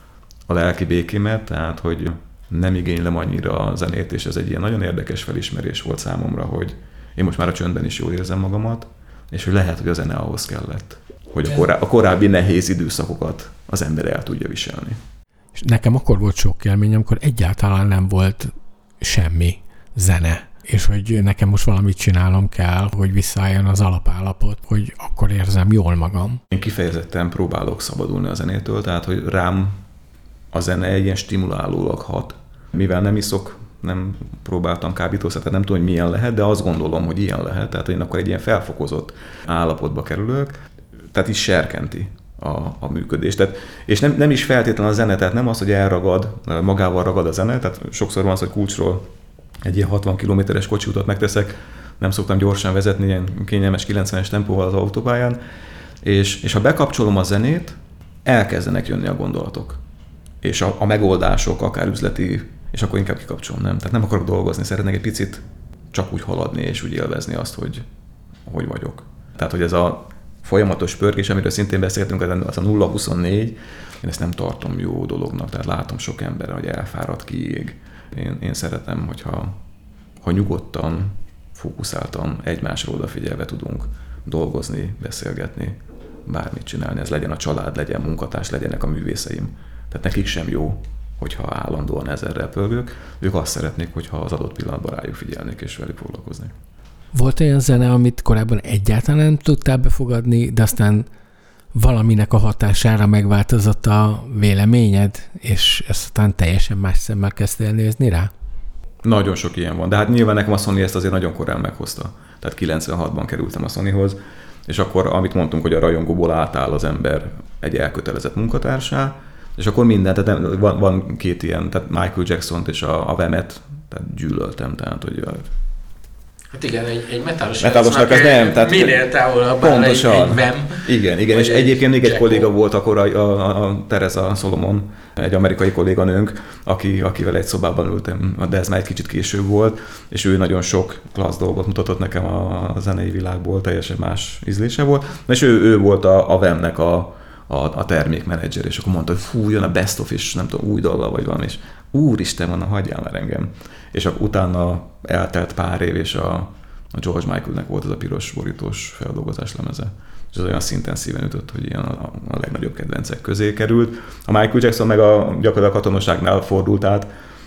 S2: a lelki békémet, tehát hogy nem igénylem annyira a zenét, és ez egy ilyen nagyon érdekes felismerés volt számomra, hogy én most már a csöndben is jól érzem magamat, és hogy lehet, hogy a zene ahhoz kellett, hogy a, korá- a korábbi nehéz időszakokat az ember el tudja viselni.
S1: És nekem akkor volt sok élmény, amikor egyáltalán nem volt semmi zene, és hogy nekem most valamit csinálnom kell, hogy visszaálljon az alapállapot, hogy akkor érzem jól magam.
S2: Én kifejezetten próbálok szabadulni a zenétől, tehát hogy rám a zene ilyen stimulálólag hat. Mivel nem iszok, nem próbáltam kábítószert, tehát nem tudom, hogy milyen lehet, de azt gondolom, hogy ilyen lehet, tehát én akkor egy ilyen felfokozott állapotba kerülök, tehát is serkenti a, a működést. Tehát, és nem, nem is feltétlenül a zene, tehát nem az, hogy elragad, magával ragad a zene, tehát sokszor van az, hogy kulcsról egy ilyen hatvan kilométeres kocsiutat megteszek, nem szoktam gyorsan vezetni, ilyen kényelmes kilencvenes tempóval az autópályán, és, és ha bekapcsolom a zenét, elkezdenek jönni a gondolatok. És a, a megoldások, akár üzleti, és akkor inkább kikapcsolom, nem? Tehát nem akarok dolgozni, szeretnék egy picit csak úgy haladni, és úgy élvezni azt, hogy, hogy vagyok. Tehát, hogy ez a folyamatos pörgés, amiről szintén beszéltünk, az a nulla huszonnégy, én ezt nem tartom jó dolognak, tehát látom sok ember, hogy elfárad, kiég. Én, én szeretem, hogyha ha nyugodtan, fókuszáltan, egymásra odafigyelve tudunk dolgozni, beszélgetni, bármit csinálni. Ez legyen a család, legyen munkatárs, legyenek a művészeim. Tehát nekik sem jó, hogyha állandóan ezerrel pörgök. Ők azt szeretnék, hogyha az adott pillanatban rájuk figyelnék és velük foglalkoznék.
S1: Volt olyan zene, amit korábban egyáltalán nem tudtál befogadni, de aztán valaminek a hatására megváltozott a véleményed, és ezt aztán teljesen más szemmel kezdtél nézni rá?
S2: Nagyon sok ilyen van, de hát nyilván nekem a Sony ezt azért nagyon korán meghozta. Tehát kilencvenhatban kerültem a Sonyhoz, és akkor, amit mondtunk, hogy a rajongóból átáll az ember egy elkötelezett munkatársá, és akkor minden, tehát van, van két ilyen, tehát Michael Jacksont és a, a Vemet, tehát gyűlöltem, tehát hogy...
S1: Hát igen, egy, egy metálos
S2: metálosnak ez nem, tehát
S1: minél távolabb egy, egy Vem.
S2: Igen, igen, és egy egyébként még egy kolléga volt akkor a, a, a Teresa Solomon, egy amerikai kolléganőnk, aki, akivel egy szobában ültem, de ez már egy kicsit később volt, és ő nagyon sok klassz dolgot mutatott nekem a, a zenei világból, teljesen más ízlése volt, és ő, ő volt a, a Vemnek a, a, a termékmenedzser, és akkor mondta, hogy fú, jön a best of, és nem tudom, új dolga vagy valami, és úristen, van, hagyjál már engem. És akkor utána eltelt pár év, és a, a George Michaelnek volt ez a piros borítós feldolgozás lemeze. És az olyan szinten szíven ütött, hogy ilyen a, a legnagyobb kedvencek közé került. A Michael Jackson meg a gyakorlatilag a katonosságnál fordult át,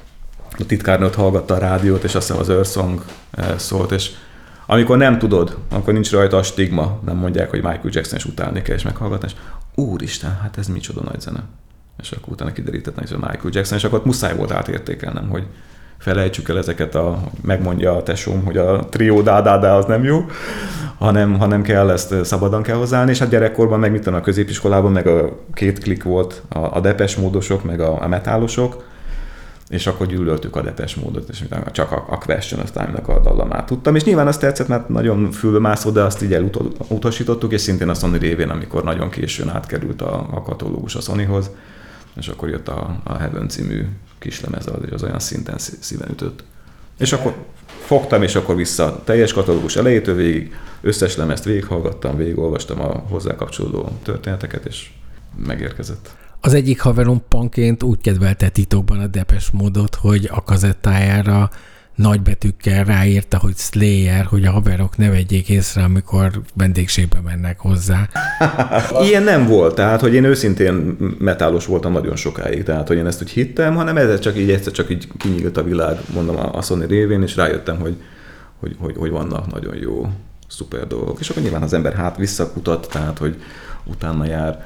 S2: a titkárnőt hallgatta a rádiót, és azt hiszem az Earth Song szólt, és amikor nem tudod, akkor nincs rajta a stigma, nem mondják, hogy Michael Jackson is utálni kell, és meghallgatni, és úristen, hát ez micsoda nagy zene. És akkor utána kiderítettek, hogy Michael Jackson, és akkor muszáj volt átértékelnem, hogy felejtsük el ezeket, a, megmondja a tesóm, hogy a trió dá-dá-dá az nem jó, hanem, hanem kell ezt szabadon kell hozzáállni, és hát gyerekkorban meg mit tudom, a középiskolában meg a két klik volt, a, a Depeche módosok, meg a, a metálosok, és akkor gyűlöltük a Depeche módot, és csak a, a Question of Time-nak a dallamát tudtam, és nyilván azt tetszett, mert nagyon fülbe mászó, de azt így elutasítottuk, és szintén a Sony révén, amikor nagyon későn átkerült a, a katalógus a Sonyhoz, és akkor jött a, a Heaven című kislemez, az olyan szinten szíven ütött. És akkor fogtam, és akkor vissza teljes katalógus elejétől végig, összes lemezt végighallgattam, végigolvastam a hozzá kapcsolódó történeteket, és megérkezett.
S1: Az egyik haverom panként úgy kedvelte titokban a Depeche módot, hogy a kazettájára nagybetűkkel ráírta, hogy Slayer, hogy a haverok ne vegyék észre, amikor vendégségbe mennek hozzá.
S2: Ilyen nem volt, tehát hogy én őszintén metálos voltam nagyon sokáig, tehát hogy én ezt úgy hittem, hanem ez csak így egyszer csak így kinyílt a világ, mondom a Sony révén, és rájöttem, hogy, hogy, hogy, hogy vannak nagyon jó, szuper dolgok. És akkor nyilván az ember hát visszakutat, tehát hogy utána jár.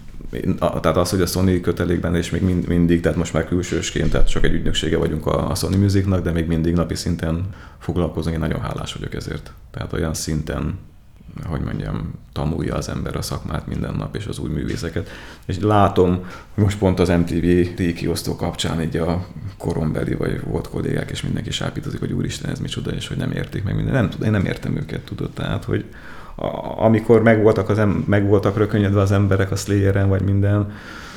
S2: Tehát az, hogy a Sony kötelékben, és még mind, mindig, tehát most már külsősként, tehát csak egy ügynöksége vagyunk a, a Sony Musicnak, de még mindig napi szinten foglalkozunk, én nagyon hálás vagyok ezért. Tehát olyan szinten, hogy mondjam, tanulja az ember a szakmát minden nap, és az új művészeket. És látom, hogy most pont az em té vé díjkiosztó kapcsán így a korombeli, vagy volt kollégák, és mindenki sápítozik, hogy úristen, ez micsoda, és hogy nem értik meg minden. Nem tudom, én nem értem őket, tudod, tehát, hogy amikor megvoltak, az em- megvoltak rökönyedve az emberek a Slayeren, vagy minden,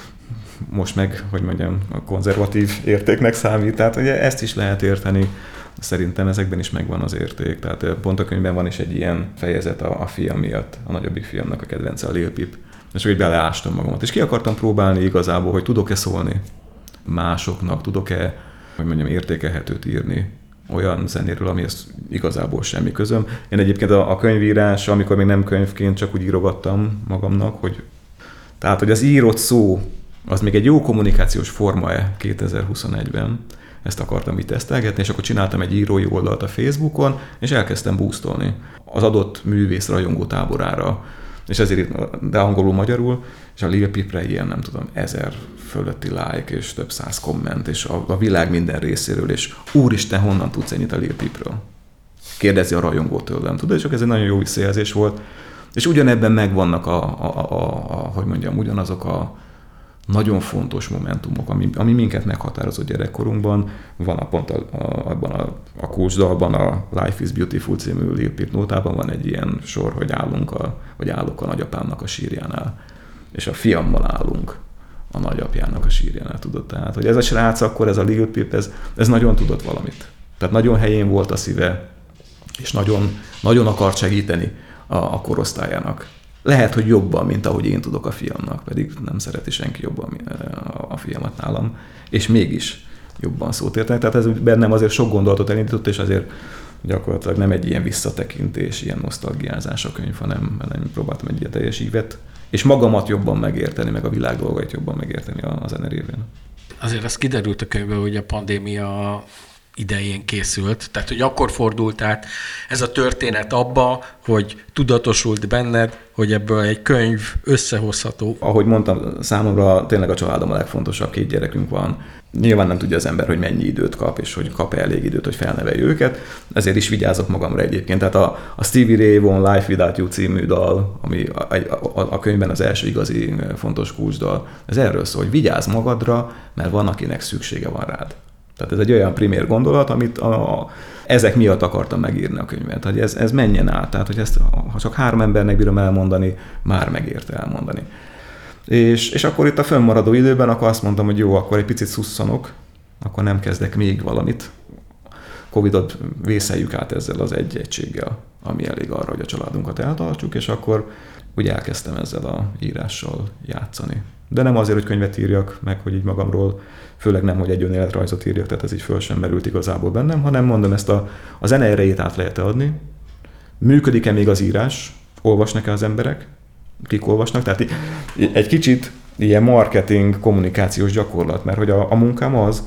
S2: most meg, hogy mondjam, a konzervatív értéknek számít, tehát ugye ezt is lehet érteni, szerintem ezekben is megvan az érték, tehát pont a könyvben van is egy ilyen fejezet a, a fiam miatt, a nagyobbik fiamnak a kedvence a Lil Peep, és úgy beleástam magamat, és ki akartam próbálni igazából, hogy tudok-e szólni másoknak, tudok-e, hogy mondjam, értékelhetőt írni olyan zenéről, amihez igazából semmi közöm. Én egyébként a, a könyvírás, amikor még nem könyvként, csak úgy írogattam magamnak, hogy tehát, hogy az írott szó, az még egy jó kommunikációs forma-e kétezer-huszonegyben, ezt akartam itt tesztelgetni, és akkor csináltam egy írói oldalt a Facebookon, és elkezdtem boostolni az adott művész rajongó táborára, és ezért, de angolul, magyarul, és a Lil Peepre ilyen, nem tudom, ezer fölötti like, és több száz komment, és a, a világ minden részéről, és úristen, honnan tudsz ennyit a Lil Peepről? Kérdezi a rajongó tőlem, tudod, és ez egy nagyon jó visszajelzés volt, és ugyanebben megvannak a, a, a, a, a hogy mondjam, ugyanazok a nagyon fontos momentumok, ami, ami minket meghatározott gyerekkorunkban. Van a pont a, a, abban a, a kulcsdalban, a Life is Beautiful című Lil Peep nótában van egy ilyen sor, hogy állunk, a, vagy állok a nagyapámnak a sírjánál, és a fiammal állunk a nagyapjának a sírjánál, tudod. Tehát, hogy ez a srác akkor, ez a Lil Peep, ez, ez nagyon tudott valamit. Tehát nagyon helyén volt a szíve, és nagyon, nagyon akart segíteni a, a korosztályának. Lehet, hogy jobban, mint ahogy én tudok a fiamnak, pedig nem szereti senki jobban a fiamat nálam, és mégis jobban szót érteni. Tehát ez bennem azért sok gondolatot elindított, és azért gyakorlatilag nem egy ilyen visszatekintés, ilyen nosztalgiázás a könyv, hanem, hanem próbáltam egy ilyen teljes ívet, és magamat jobban megérteni, meg a világ dolgait jobban megérteni a, a zene révén.
S1: Azért az kiderült a könyvből, hogy a pandémia idején készült. Tehát, hogy akkor fordult át ez a történet abba, hogy tudatosult benned, hogy ebből egy könyv összehozható.
S2: Ahogy mondtam, számomra tényleg a családom a legfontosabb, két gyerekünk van. Nyilván nem tudja az ember, hogy mennyi időt kap, és hogy kap-e elég időt, hogy felnevelje őket. Ezért is vigyázok magamra egyébként. Tehát a, a Stevie Ray Vaughan Life Without You című dal, ami a, a, a könyvben az első igazi fontos kulcsdal, ez erről szól, hogy vigyázz magadra, mert van, akinek szüksége van rád. Tehát ez egy olyan primér gondolat, amit a, a, ezek miatt akartam megírni a könyvet, hogy ez, ez menjen át. Tehát, hogy ezt, ha csak három embernek bírom elmondani, már megérte elmondani. És, és akkor itt a fönnmaradó időben akkor azt mondtam, hogy jó, akkor egy picit szusszanok, akkor nem kezdek még valamit. Covidot vészeljük át ezzel az egy egységgel, ami elég arra, hogy a családunkat eltartsuk, és akkor úgy elkezdtem ezzel a írással játszani. De nem azért, hogy könyvet írjak, meg hogy így magamról, főleg nem, hogy egy önéletrajzot írjak, tehát ez így föl sem merült igazából bennem, hanem mondom, ezt a, a zene erejét át lehet adni. Működik-e még az írás? Olvasnak-e az emberek? Kik olvasnak? Tehát egy kicsit ilyen marketing, kommunikációs gyakorlat, mert hogy a, a munkám az,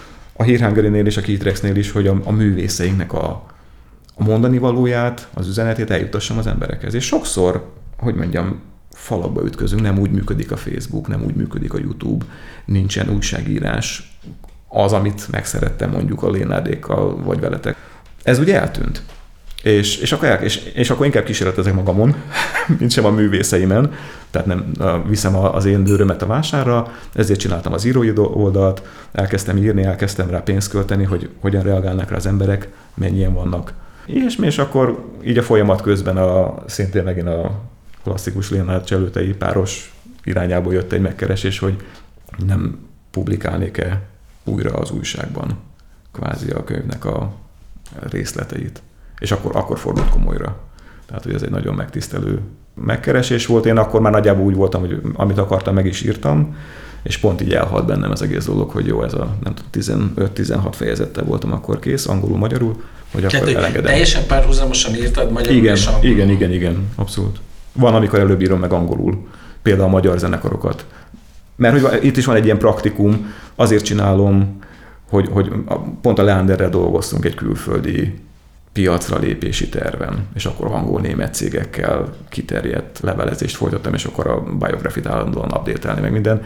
S2: a Here Hungary-nél és a Keytrexnél is, hogy a, a művészeinknek a, a mondani valóját, az üzenetét eljuttassam az emberekhez. És sokszor, hogy mondjam, falakba ütközünk, nem úgy működik a Facebook, nem úgy működik a YouTube, nincsen újságírás, az, amit megszerettem mondjuk a Lénádékkal, vagy veletek. Ez ugye eltűnt. És, és, akkor, el, és, és akkor inkább kísérletezek magamon, mint sem a művészeimen, tehát nem viszem az én bőrömet a vásárra, ezért csináltam az írói oldalt, elkezdtem írni, elkezdtem rá pénzt költeni, hogy hogyan reagálnak rá az emberek, mennyien vannak. És, és akkor így a folyamat közben a, szintén megint a klasszikus Lénárd Csellőtei páros irányából jött egy megkeresés, hogy nem publikálnék-e újra az újságban kvázi a könyvnek a részleteit. És akkor, akkor fordult komolyra. Tehát, hogy ez egy nagyon megtisztelő megkeresés volt. Én akkor már nagyjából úgy voltam, hogy amit akartam, meg is írtam, és pont így elhalt bennem az egész dolog, hogy jó, ez a nem tudom, tizenöt-tizenhat fejezettel voltam akkor kész, angolul, magyarul, hogy akkor
S1: Tehát,
S2: elengedem.
S1: Teljesen párhuzamosan írtad magyarul
S2: igen,
S1: és angolul.
S2: Igen, igen, igen, abszolút. Van, amikor előbb írom meg angolul, például a magyar zenekarokat. Mert hogy itt is van egy ilyen praktikum, azért csinálom, hogy, hogy pont a Leanderrel dolgoztunk egy külföldi piacra lépési terven, és akkor angol-német cégekkel kiterjedt levelezést folytattam, és akkor a biografit állandóan update-elni, meg minden.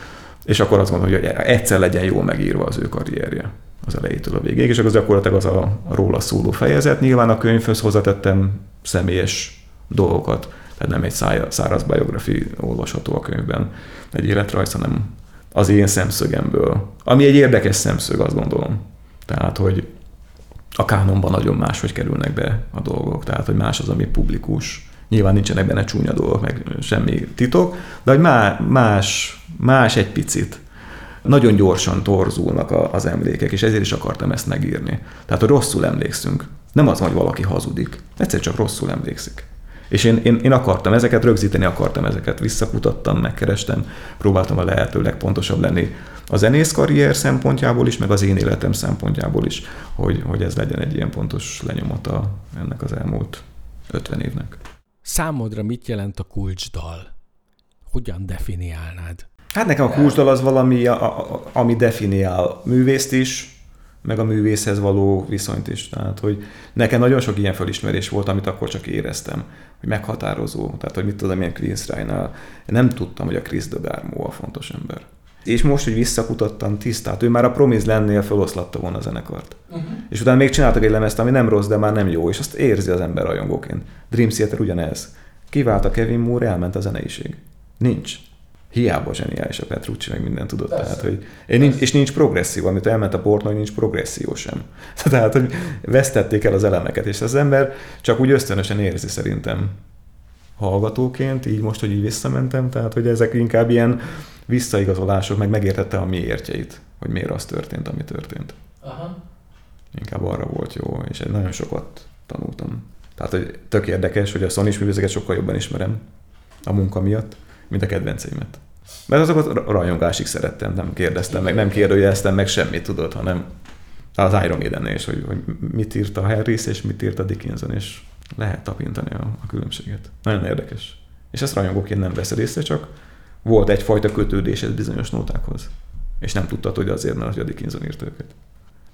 S2: És akkor azt mondom, hogy egyszer legyen jól megírva az ő karrierje az elejétől a végéig, és akkor gyakorlatilag az a róla szóló fejezet. Nyilván a könyvhöz hozzátettem személyes dolgokat, tehát nem egy száraz biografi olvasható a könyvben, egy életrajz, hanem az én szemszögemből. Ami egy érdekes szemszög, azt gondolom. Tehát, hogy a kánonban nagyon máshogy kerülnek be a dolgok, tehát, hogy más az, ami publikus. Nyilván nincsenek benne csúnya dolgok, meg semmi titok, de hogy más, más egy picit. Nagyon gyorsan torzulnak az emlékek, és ezért is akartam ezt megírni. Tehát, hogy rosszul emlékszünk. Nem az, hogy valaki hazudik, egyszer csak rosszul emlékszik. És én, én, én akartam ezeket, rögzíteni akartam ezeket, visszakutattam, megkerestem, próbáltam a lehető legpontosabb lenni a zenész karrier szempontjából is, meg az én életem szempontjából is, hogy, hogy ez legyen egy ilyen pontos lenyomata ennek az elmúlt ötven évnek.
S1: Számodra mit jelent a kulcsdal? Hogyan definiálnád?
S2: Hát nekem a kulcsdal az valami, a, a, ami definiál művészt is, meg a művészhez való viszonyt is. Tehát, hogy nekem nagyon sok ilyen felismerés volt, amit akkor csak éreztem, hogy meghatározó. Tehát, hogy mit tudom, milyen Queen's Ryan-nál. Nem tudtam, hogy a Chris de Garmo a fontos ember. És most, hogy visszakutattam tisztát, ő már a Promised Landnél feloszlatta volna a zenekart. Uh-huh. És utána még csináltak egy lemezt, ami nem rossz, de már nem jó, és azt érzi az ember rajongóként. Dream Theater ugyanez. Kivált a Kevin Moore, elment a zeneiség. Nincs. Hiába zseniális a Petrucci, meg mindent tudott. Tehát, hogy nincs, és nincs progresszív, amit elment a Portnoy, nincs progresszió sem. Tehát, hogy vesztették el az elemeket, és az ember csak úgy ösztönösen érzi szerintem hallgatóként, így most, hogy így visszamentem, tehát, hogy ezek inkább ilyen visszaigazolások, meg megértette a miértjeit, hogy miért az történt, ami történt. Aha. Inkább arra volt jó, és nagyon sokat tanultam. Tehát, hogy tök érdekes, hogy a Sony-s művészeket sokkal jobban ismerem a munka miatt, mint a kedvenceimet. Mert azokat rajongásig szerettem, nem kérdeztem meg, nem kérdőjeleztem meg semmit, tudod, hanem az Iron Maiden-nél is, hogy, hogy mit írt a Harris, és mit írt a Dickinson, és lehet tapintani a, a különbséget. Nagyon érdekes. És ezt rajongóként nem veszed észre, csak volt egyfajta kötődésed bizonyos nótákhoz. És nem tudtad, hogy azért, mert a Dickinson írt őket.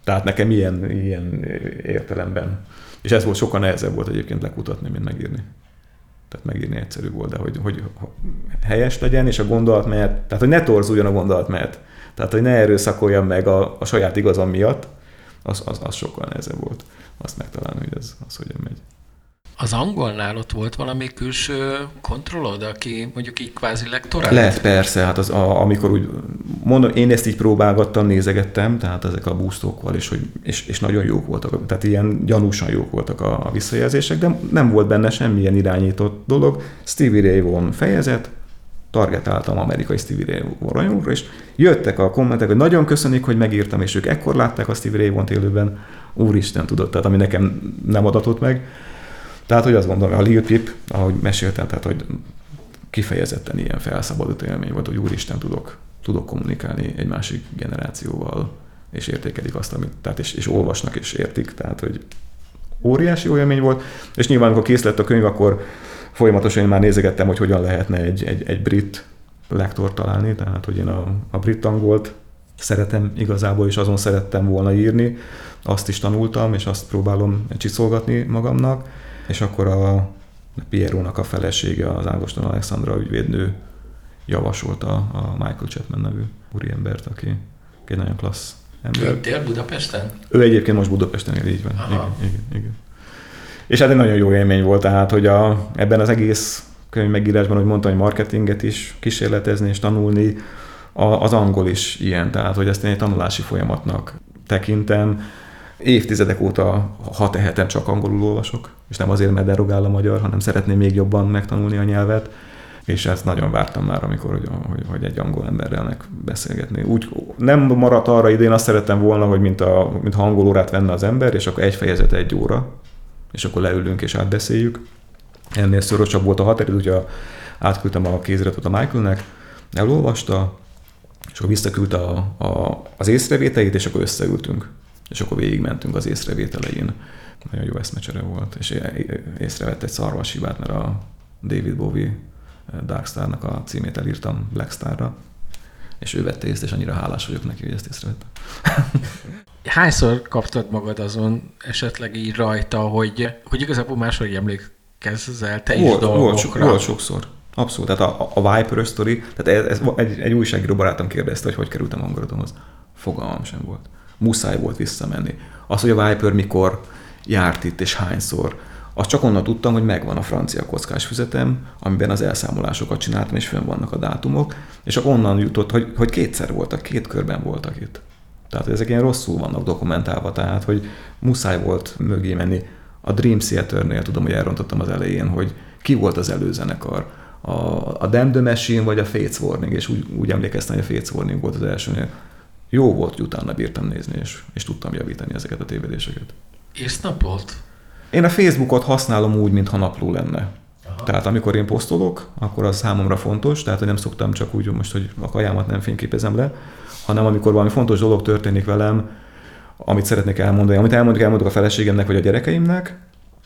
S2: Tehát nekem ilyen, ilyen értelemben. És ez volt, sokkal nehezebb volt egyébként lekutatni, mint megírni. Tehát megírni egyszerű volt, de hogy, hogy helyes legyen, és a gondolatmenet, tehát hogy ne torzuljon a gondolatmenet. Tehát, hogy ne erőszakoljam meg a, a saját igazam miatt, az, az, az sokkal nehezebb volt azt megtalálni, hogy ez az hogyan megy.
S1: Az angolnál ott volt valami külső kontrollod, aki mondjuk így kvázi lektorált?
S2: Lehet, persze. Hát az, a, amikor úgy mondom, én ezt így próbálgattam, nézegettem, tehát ezek a boostokkal, és, hogy, és, és nagyon jók voltak, tehát ilyen gyanúsan jók voltak a, a visszajelzések, de nem volt benne semmilyen irányított dolog. Stevie Ray Vaughan fejezet, targetáltam amerikai Stevie Ray Vaughan rajongókra, és jöttek a kommentek, hogy nagyon köszönik, hogy megírtam, és ők ekkor látták a Stevie Ray Vaughan-t élőben, úristen tudott, tehát ami nekem nem adatott meg. Tehát, hogy azt mondom, a Lil Peep, ahogy meséltem, tehát, hogy kifejezetten ilyen felszabadult élmény volt, hogy úristen tudok, tudok kommunikálni egy másik generációval, és értékelik azt, amit, tehát és, és olvasnak, és értik, tehát, hogy óriási élmény volt, és nyilván, amikor kész lett a könyv, akkor folyamatosan én már nézegettem, hogy hogyan lehetne egy, egy, egy brit lektort találni, tehát, hogy én a, a brit angolt szeretem igazából, és azon szerettem volna írni, azt is tanultam, és azt próbálom csiszolgatni magamnak, és akkor a Pierrónak a felesége, az Ágoston Alexandra ügyvédnő javasolta a Michael Chapman nevű úriembert, aki egy nagyon klassz ember.
S1: Itt él Budapesten?
S2: Ő egyébként most Budapesten él, így van. Igen, igen, igen. És hát egy nagyon jó élmény volt, tehát, hogy a, ebben az egész könyv megírásban, hogy mondtam, hogy marketinget is kísérletezni és tanulni, a, az angol is ilyen, tehát, hogy ezt én egy tanulási folyamatnak tekintem. Évtizedek óta, ha tehetem, csak angolul olvasok, és nem azért, mert derogál a magyar, hanem szeretném még jobban megtanulni a nyelvet, és ezt nagyon vártam már, amikor, hogy, hogy, hogy egy angol emberrel beszélgetni. Úgy nem maradt arra idén, azt szerettem volna, hogy mint, a, mint ha angol órát venne az ember, és akkor egy fejezet egy óra, és akkor leülünk és átbeszéljük. Ennél szorosabb volt a határidő, úgyhogy átküldtem a kéziratot a Michaelnek, elolvasta, és akkor visszaküldte a, a, az észrevételeit, és akkor összeültünk. És akkor végigmentünk az észrevételein. Nagyon jó eszmecsere volt, és észrevett egy szarvashibát, mert a David Bowie Darkstar-nak a címét elírtam Blackstar-ra, és ő vette észre, és annyira hálás vagyok neki, hogy ezt észrevette.
S1: Hányszor kaptad magad azon esetleg így rajta, hogy, hogy igazából máshogy emlékezzel te
S2: volt,
S1: is dolgokra?
S2: Volt, volt sokszor. Abszolút. Tehát a, a Viper sztori, tehát ez, ez, egy, egy újságíró barátom kérdezte, hogy hogy kerültem angolatomhoz. Fogalmam sem volt. Muszáj volt visszamenni. Az, hogy a Viper mikor járt itt és hányszor, azt csak onnan tudtam, hogy megvan a francia kockás füzetem, amiben az elszámolásokat csináltam, és fönn vannak a dátumok, és onnan jutott, hogy, hogy kétszer voltak, két körben voltak itt. Tehát ezek ilyen rosszul vannak dokumentálva, tehát hogy muszáj volt mögé menni. A Dream Theaternél tudom, hogy elrontottam az elején, hogy ki volt az előzenekar. A, a Damn the Machine vagy a Fates Warning, és úgy, úgy emlékeztem, hogy a Fates Warning volt az elsőnél. Jó volt, hogy utána bírtam nézni, és, és tudtam javítani ezeket a tévedéseket.
S1: És napolt?
S2: Én a Facebookot használom úgy, mintha napló lenne.
S1: Aha.
S2: Tehát amikor én posztolok, akkor az számomra fontos, tehát hogy nem szoktam csak úgy most, hogy a kajámat nem fényképezem le, hanem amikor valami fontos dolog történik velem, amit szeretnék elmondani, amit elmondok, elmondok a feleségemnek vagy a gyerekeimnek,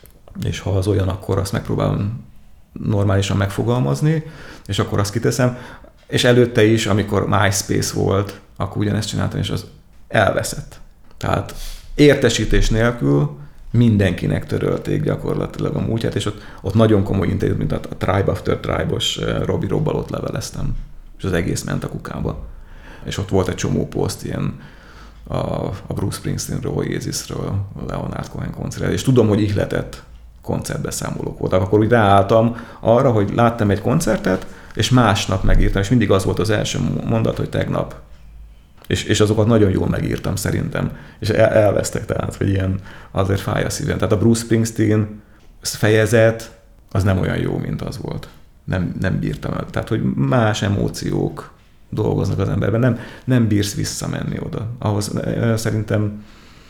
S2: és ha az olyan, akkor azt megpróbálom normálisan megfogalmazni, és akkor azt kiteszem. És előtte is, amikor MySpace volt, akkor ugyanezt csináltam, és az elveszett. Tehát értesítés nélkül mindenkinek törölték gyakorlatilag a múltját, és ott, ott nagyon komoly interjút, mint a Tribe After Tribe-os Robbie Robbal ott leveleztem, és az egész ment a kukába. És ott volt egy csomó poszt ilyen a, a Bruce Springsteenről, Oasisről, Leonard Cohen koncertről, és tudom, hogy ihletett koncertbeszámolók voltak. Akkor úgy ráálltam arra, hogy láttam egy koncertet, és másnap megírtam, és mindig az volt az első mondat, hogy tegnap. És, és azokat nagyon jól megírtam szerintem. És el, elvesztek, tehát, hogy ilyen azért fáj a szívem. Tehát a Bruce Springsteen fejezet az nem olyan jó, mint az volt. Nem, nem bírtam el. Tehát, hogy más emóciók dolgoznak az emberben. Nem, nem bírsz visszamenni oda. Ahhoz szerintem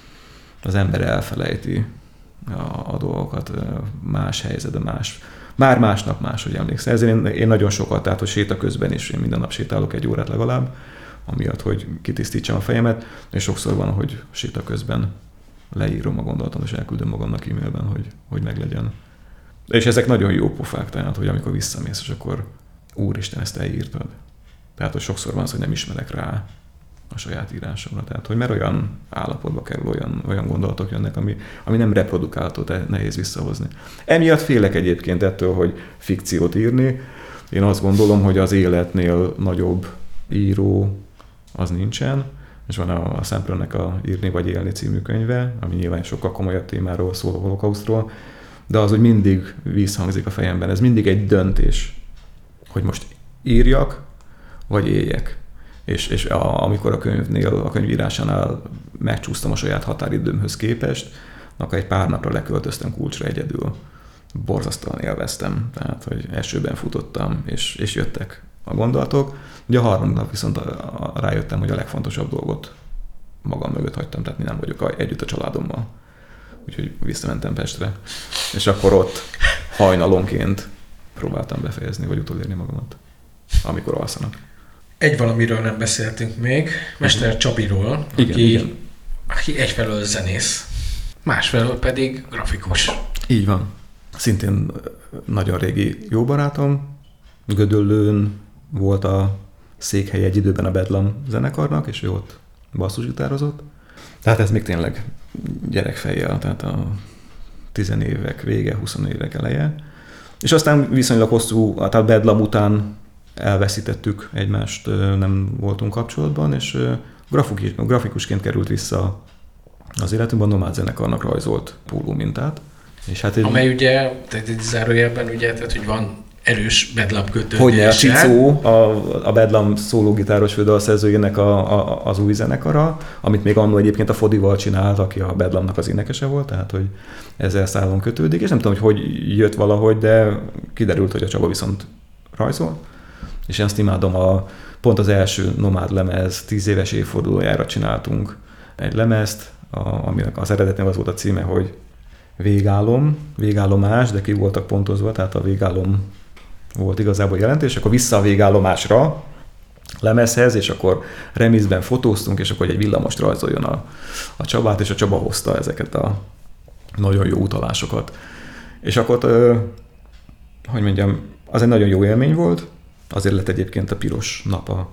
S2: az ember elfelejti a, a dolgokat más helyzetben, más. Már másnap máshogy emlékszel. Ezért én, én nagyon sokat, tehát, hogy séta közben is, én minden nap sétálok egy órát legalább, amiatt, hogy kitisztítsam a fejemet, és sokszor van, hogy séta közben leírom a gondolatom, és elküldöm magamnak e-mailben, hogy, hogy meglegyen. És ezek nagyon jó pofák, tehát, hogy amikor visszamész, és akkor úristen, ezt elírtad. Tehát, hogy sokszor van az, hogy nem ismerek rá, a saját írásomra. Tehát, hogy mert olyan állapotba kerül, olyan, olyan gondolatok jönnek, ami, ami nem reprodukálható, nehéz visszahozni. Emiatt félek egyébként ettől, hogy fikciót írni. Én azt gondolom, hogy az életnél nagyobb író az nincsen, és van a, a Samplernek a Írni vagy élni című könyve, ami nyilván sokkal komolyabb témáról szól, a holokausztról, de az, hogy mindig visszhangzik a fejemben, ez mindig egy döntés, hogy most írjak, vagy éljek. És, és a, amikor a könyvnél, a könyvírásánál megcsúsztam a saját határidőmhöz képest, akkor egy pár napra leköltöztem Kulcsra egyedül. Borzasztóan élveztem, tehát, hogy esőben futottam, és, és jöttek a gondolatok. Ugye a harmadik nap viszont a, a, rájöttem, hogy a legfontosabb dolgot magam mögött hagytam, tehát nem vagyok a, együtt a családommal. Úgyhogy visszamentem Pestre. És akkor ott hajnalonként próbáltam befejezni, vagy utolérni magamat, amikor alszanak.
S1: Egy valamiről nem beszéltünk még, Mester Csabiról,
S2: igen,
S1: aki,
S2: igen.
S1: aki egyfelől zenész, másfelől pedig grafikus.
S2: Így van. Szintén nagyon régi jó barátom. Gödöllőn volt a székhely egy időben a Bedlam zenekarnak, és ő ott basszusgitározott. Tehát ez még tényleg gyerekfejjel, tehát a tizenévek vége, huszonévek eleje. És aztán viszonylag hosszú, tehát Bedlam után elveszítettük egymást, nem voltunk kapcsolatban, és grafikusként került vissza az életünkben, a Nomád zenekarnak rajzolt póló mintát. És hát egy...
S1: Amely ugye, tehát egy zárójelben ugye, tehát hogy van erős Bedlam kötődése.
S2: Hogyne, a Csicó, a, a Bedlam szólógitáros fődalszerzőjének a, a, az új zenekara, amit még annól egyébként a Fodival csinált, aki a Bedlamnak az énekese volt, tehát hogy ezzel szálon kötődik, és nem tudom, hogy hogy jött valahogy, de kiderült, hogy a Csaba viszont rajzol, és én azt imádom, a, pont az első Nomád lemez tíz éves évfordulójára csináltunk egy lemezt, a, aminek az eredetnél az volt a címe, hogy Végállom, végállomás, de ki voltak pontozva, tehát a végállom volt igazából jelentés, akkor vissza a végállomásra, lemezhez, és akkor remizben fotóztunk, és akkor egy villamost rajzoljon a, a Csabát, és a Csaba hozta ezeket a nagyon jó utalásokat. És akkor, ö, hogy mondjam, az egy nagyon jó élmény volt, azért lett egyébként a piros nap a,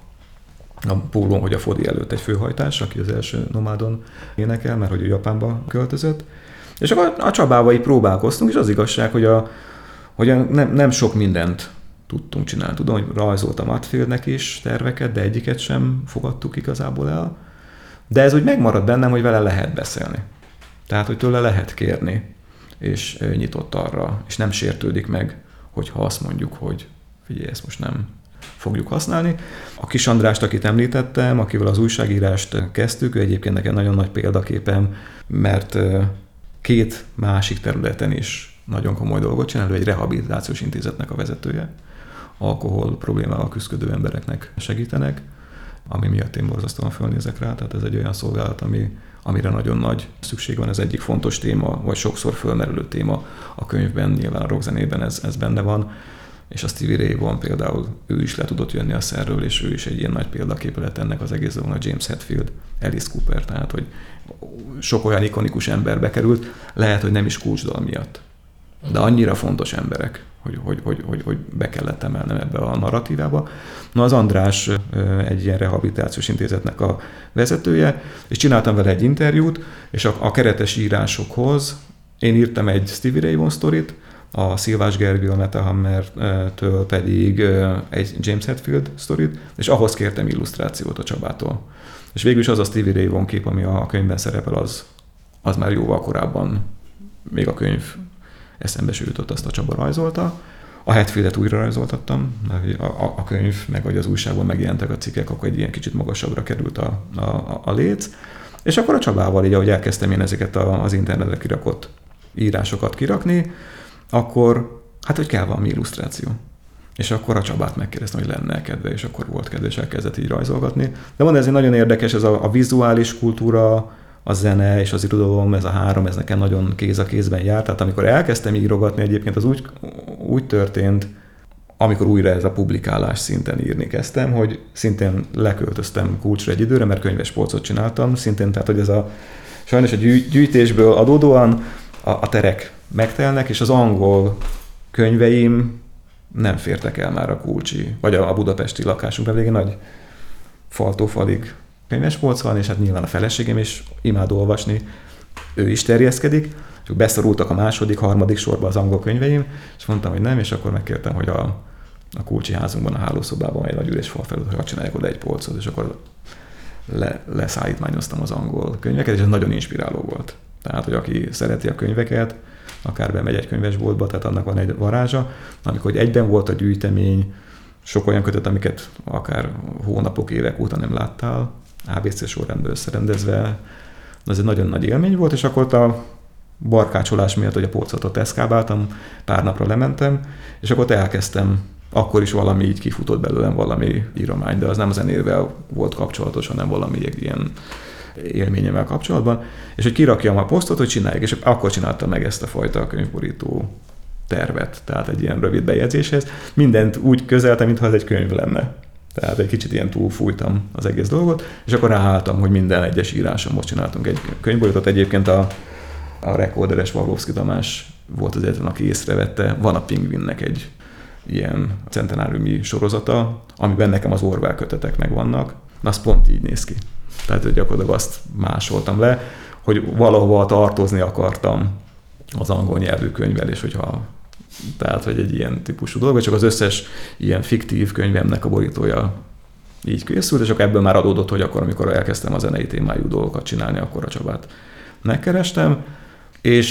S2: a pólón, hogy a Fodi előtt egy főhajtás, aki az első Nomádon énekel, mert hogy ő Japánba költözött. És akkor a Csabával így próbálkoztunk, és az igazság, hogy, a, hogy a nem, nem sok mindent tudtunk csinálni. Tudom, hogy rajzoltam Atfieldnek is terveket, de egyiket sem fogadtuk igazából el. De ez úgy megmaradt bennem, hogy vele lehet beszélni. Tehát, hogy tőle lehet kérni, és nyitott arra, és nem sértődik meg, hogyha azt mondjuk, hogy figyelj, ezt most nem fogjuk használni. A Kis Andrást, akit említettem, akivel az újságírást kezdtük, ő egyébként nekem nagyon nagy példaképem, mert két másik területen is nagyon komoly dolgot csinál, ő egy rehabilitációs intézetnek a vezetője. Alkohol problémával küzdő embereknek segítenek, ami miatt én borzasztóan fölnézek rá, tehát ez egy olyan szolgálat, ami, amire nagyon nagy szükség van, ez egyik fontos téma, vagy sokszor fölmerülő téma a könyvben, nyilván a rockzenében ez, ez benne van, és a Stevie Ray Vaughan például, ő is le tudott jönni a szerről, és ő is egy ilyen nagy példaképe lett ennek az egész dolognak, James Hetfield, Alice Cooper, tehát hogy sok olyan ikonikus ember bekerült, lehet, hogy nem is kulcsdal miatt, de annyira fontos emberek, hogy, hogy, hogy, hogy, hogy be kellett emelnem ebbe a narratívába. Na, az András egy ilyen rehabilitációs intézetnek a vezetője, és csináltam vele egy interjút, és a, a keretes írásokhoz én írtam egy Stevie Ray Vaughan sztorit, a Szilvás Gergő, a Metal Hammer-től pedig egy James Hetfield sztorit, és ahhoz kértem illusztrációt a Csabától. És végül is az a Stevie Ray Vaughan kép, ami a könyvben szerepel, az, az már jóval korábban, még a könyv eszembe se jutott, azt a Csaba rajzolta. A Hetfieldet újra rajzoltattam, mert a, a, a könyv, meg vagy az újságban megjelentek a cikkek, akkor egy ilyen kicsit magasabbra került a, a, a léc. És akkor a Csabával, így ahogy elkezdtem én ezeket a, az internetre kirakott írásokat kirakni, akkor hát, hogy kell valami illusztráció. És akkor a Csabát megkérdeztem, hogy lenne kedve, és akkor volt kedve, és elkezdett így rajzolgatni. De van ez egy nagyon érdekes, ez a, a vizuális kultúra, a zene és az irodalom, ez a három, ez nekem nagyon kéz a kézben jár. Tehát amikor elkezdtem írogatni, egyébként az úgy, úgy történt, amikor újra ez a publikálás szinten írni kezdtem, hogy szintén leköltöztem Kulcsra egy időre, mert könyves polcot csináltam, szintén, tehát hogy ez a sajnos a gyűjtésből adódóan a, a terek megtelnek, és az angol könyveim nem fértek el már a kulcsi, vagy a, a budapesti lakásunkra, végén nagy faltól falig könyvespolc van, és hát nyilván a feleségem is imád olvasni, ő is terjeszkedik, és beszorultak a második, harmadik sorba az angol könyveim, és mondtam, hogy nem, és akkor megkértem, hogy a, a Kulcsi házunkban, a hálószobában egy nagy üres fal felül, hogy csinálják oda egy polcot, és akkor le, leszállítmányoztam az angol könyveket, és ez nagyon inspiráló volt. Tehát, hogy aki szereti a könyveket, akár bemegy egy könyvesboltba, tehát annak van egy varázsa, amikor egyben volt a gyűjtemény, sok olyan kötet, amiket akár hónapok, évek óta nem láttál, á bé cé sorrendben összerendezve, az egy nagyon nagy élmény volt, és akkor a barkácsolás miatt, hogy a polcot eszkábáltam, pár napra lementem, és akkor elkezdtem, akkor is valami így kifutott belőlem, valami íromány, de az nem zenével volt kapcsolatos, hanem valami ilyen élményemmel kapcsolatban, és hogy kirakjam a posztot, hogy csinálják, és akkor csináltam meg ezt a fajta könyvborító tervet, tehát egy ilyen rövid bejegyzéshez. Mindent úgy közeltem, mintha ez egy könyv lenne. Tehát egy kicsit ilyen túlfújtam az egész dolgot, és akkor ráálltam, hogy minden egyes írásomhoz csináltunk egy könyvborítót. Egyébként a, a rekorderes Pavlovszky Tamás volt az egyetlen, aki észrevette, van a Pingvinnek egy ilyen centenáriumi sorozata, amiben nekem az Orwell kötetek megvannak, na az pont így néz ki. Tehát gyakorlatilag azt másoltam le, hogy valahova tartozni akartam az angol nyelvű könyvvel, és hogyha tehát, hogy egy ilyen típusú dolog, csak az összes ilyen fiktív könyvemnek a borítója így készült, és akkor ebből már adódott, hogy akkor, amikor elkezdtem a zenei témájú dolgokat csinálni, akkor a Csabát megkerestem, és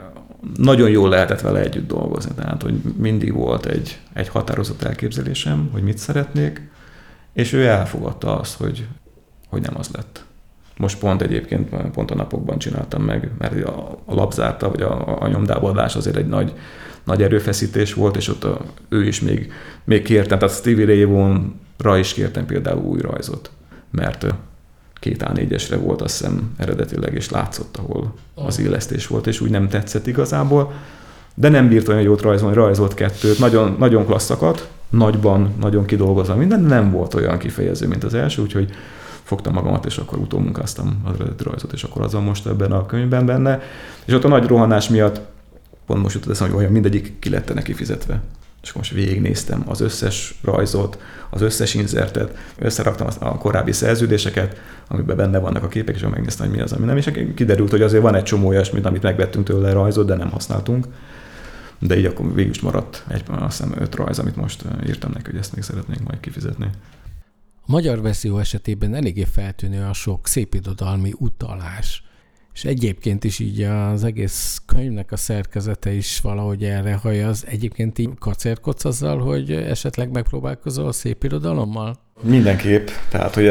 S2: nagyon jól lehetett vele együtt dolgozni, tehát, hogy mindig volt egy, egy határozott elképzelésem, hogy mit szeretnék, és ő elfogadta azt, hogy, hogy nem az lett. Most pont egyébként, pont a napokban csináltam meg, mert a, a lapzárta, vagy a, a nyomdába azért egy nagy, nagy erőfeszítés volt, és ott a, ő is még, még kértem, tehát Stevie Ray Vaughan-ra is kértem például új rajzot, mert két á négyesre volt azt hiszem eredetileg, és látszott, ahol az illesztés volt, és úgy nem tetszett igazából, de nem bírt olyan jót rajzolni, rajzolt kettőt, nagyon, nagyon klasszakat, nagyban, nagyon kidolgozva minden, nem volt olyan kifejező, mint az első, úgyhogy fogtam magamat, és akkor utómunkáztam az eredeti rajzot, és akkor az van most ebben a könyvben benne. És ott a nagy rohanás miatt pont most jutott eszembe, hogy olyan mindegyik ki lett neki fizetve. És most végignéztem az összes rajzot, az összes inzertet, összeraktam a korábbi szerződéseket, amiben benne vannak a képek, és megnéztem, hogy mi az, ami nem. És kiderült, hogy azért van egy csomó olyasmit, amit megvettünk tőle rajzot, de nem használtunk. De így akkor végül is maradt egy, azt hiszem, öt rajz, amit most írtam neki, hogy ezt még szeretnénk majd kifizetni.
S1: A magyar verzió esetében eléggé feltűnő a sok szépirodalmi utalás. És egyébként is így az egész könyvnek a szerkezete is valahogy erre hajaz. Egyébként így kacérkodsz azzal, hogy esetleg megpróbálkozol a szépirodalommal?
S2: Mindenképp. Tehát, hogy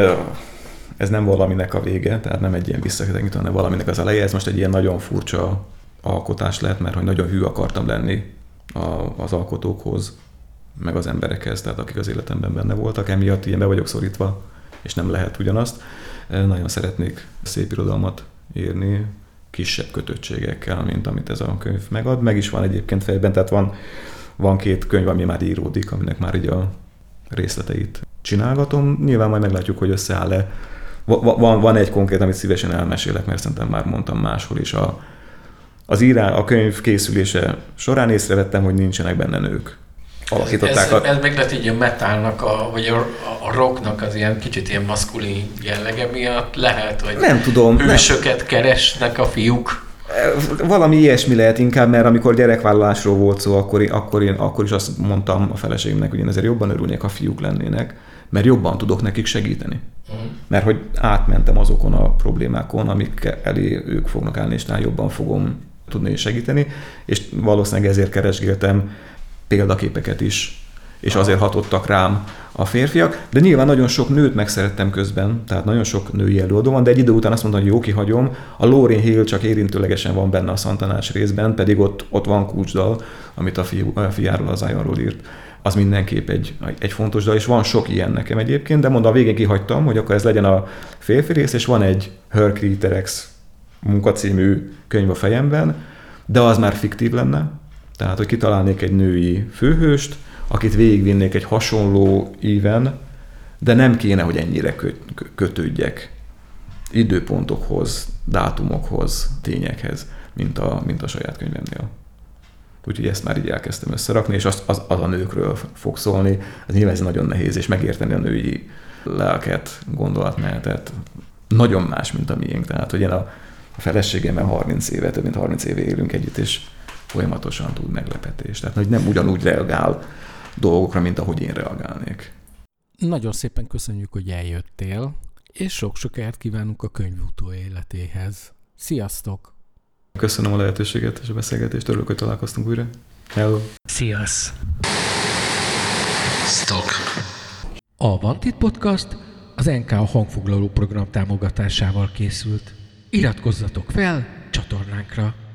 S2: ez nem valaminek a vége, tehát nem egy ilyen visszakötekintő, hanem valaminek az eleje. Ez most egy ilyen nagyon furcsa alkotás lehet, mert hogy nagyon hű akartam lenni az alkotókhoz, meg az emberekhez, tehát akik az életemben benne voltak, emiatt ilyen be vagyok szorítva, és nem lehet ugyanazt. Nagyon szeretnék szép irodalmat írni, kisebb kötöttségekkel, mint amit ez a könyv megad. Meg is van egyébként fejben, tehát van, van két könyv, ami már íródik, aminek már így a részleteit csinálgatom. Nyilván majd meglátjuk, hogy összeáll-e. Van, van egy konkrét, amit szívesen elmesélek, mert szerintem már mondtam máshol is. A, az írá, a könyv készülése során észrevettem, hogy nincsenek benne nők.
S3: Ez, a... ez meg lehet így a metalnak, a, vagy a, a rocknak az ilyen kicsit ilyen maszkulin jellege miatt lehet, hogy
S2: nem tudom,
S3: hősöket nem. keresnek a fiúk.
S2: Valami ilyesmi lehet inkább, mert amikor gyerekvállalásról volt szó, akkor, akkor, én, akkor is azt mondtam a feleségemnek, hogy én ezért jobban örülnék, ha fiúk lennének, mert jobban tudok nekik segíteni. Uh-huh. Mert hogy átmentem azokon a problémákon, amik elé ők fognak állni, és nál jobban fogom tudni segíteni, és valószínűleg ezért keresgéltem példaképeket is, és azért hatottak rám a férfiak, de nyilván nagyon sok nőt megszerettem közben, tehát nagyon sok női előadó van, de egy idő után azt mondtam, hogy jó, kihagyom. A Lauryn Hill csak érintőlegesen van benne a Szantanás részben, pedig ott, ott van kulcsdal, amit a, fiú, a fiáról, az Zionról írt. Az mindenképp egy, egy fontos dal, és van sok ilyen nekem egyébként, de mondom, a végén kihagytam, hogy akkor ez legyen a férfi rész, és van egy Her Criterex munkacímű könyv a fejemben, de az már fiktív lenne. Tehát, hogy kitalálnék egy női főhőst, akit végigvinnék egy hasonló íven, de nem kéne, hogy ennyire kötődjek időpontokhoz, dátumokhoz, tényekhez, mint a, mint a saját könyvemnél. Úgyhogy ezt már így elkezdtem összerakni, és az, az, az a nőkről fog szólni. Ez nyilván ez nagyon nehéz, és megérteni a női lelket, gondolatmenetet nagyon más, mint a miénk. Tehát, hogy én a, a feleségemmel harminc éve, több mint harminc éve élünk együtt, és folyamatosan tud meglepetés. Tehát, hogy nem ugyanúgy reagál dolgokra, mint ahogy én reagálnék.
S1: Nagyon szépen köszönjük, hogy eljöttél, és sok sikert kívánunk a könyvútó életéhez. Sziasztok!
S2: Köszönöm a lehetőséget és a beszélgetést, örülök, hogy találkoztunk újra. Hello!
S1: Sziasz! Stock! A Vantit Podcast az en ká hangfoglaló program támogatásával készült. Iratkozzatok fel csatornánkra!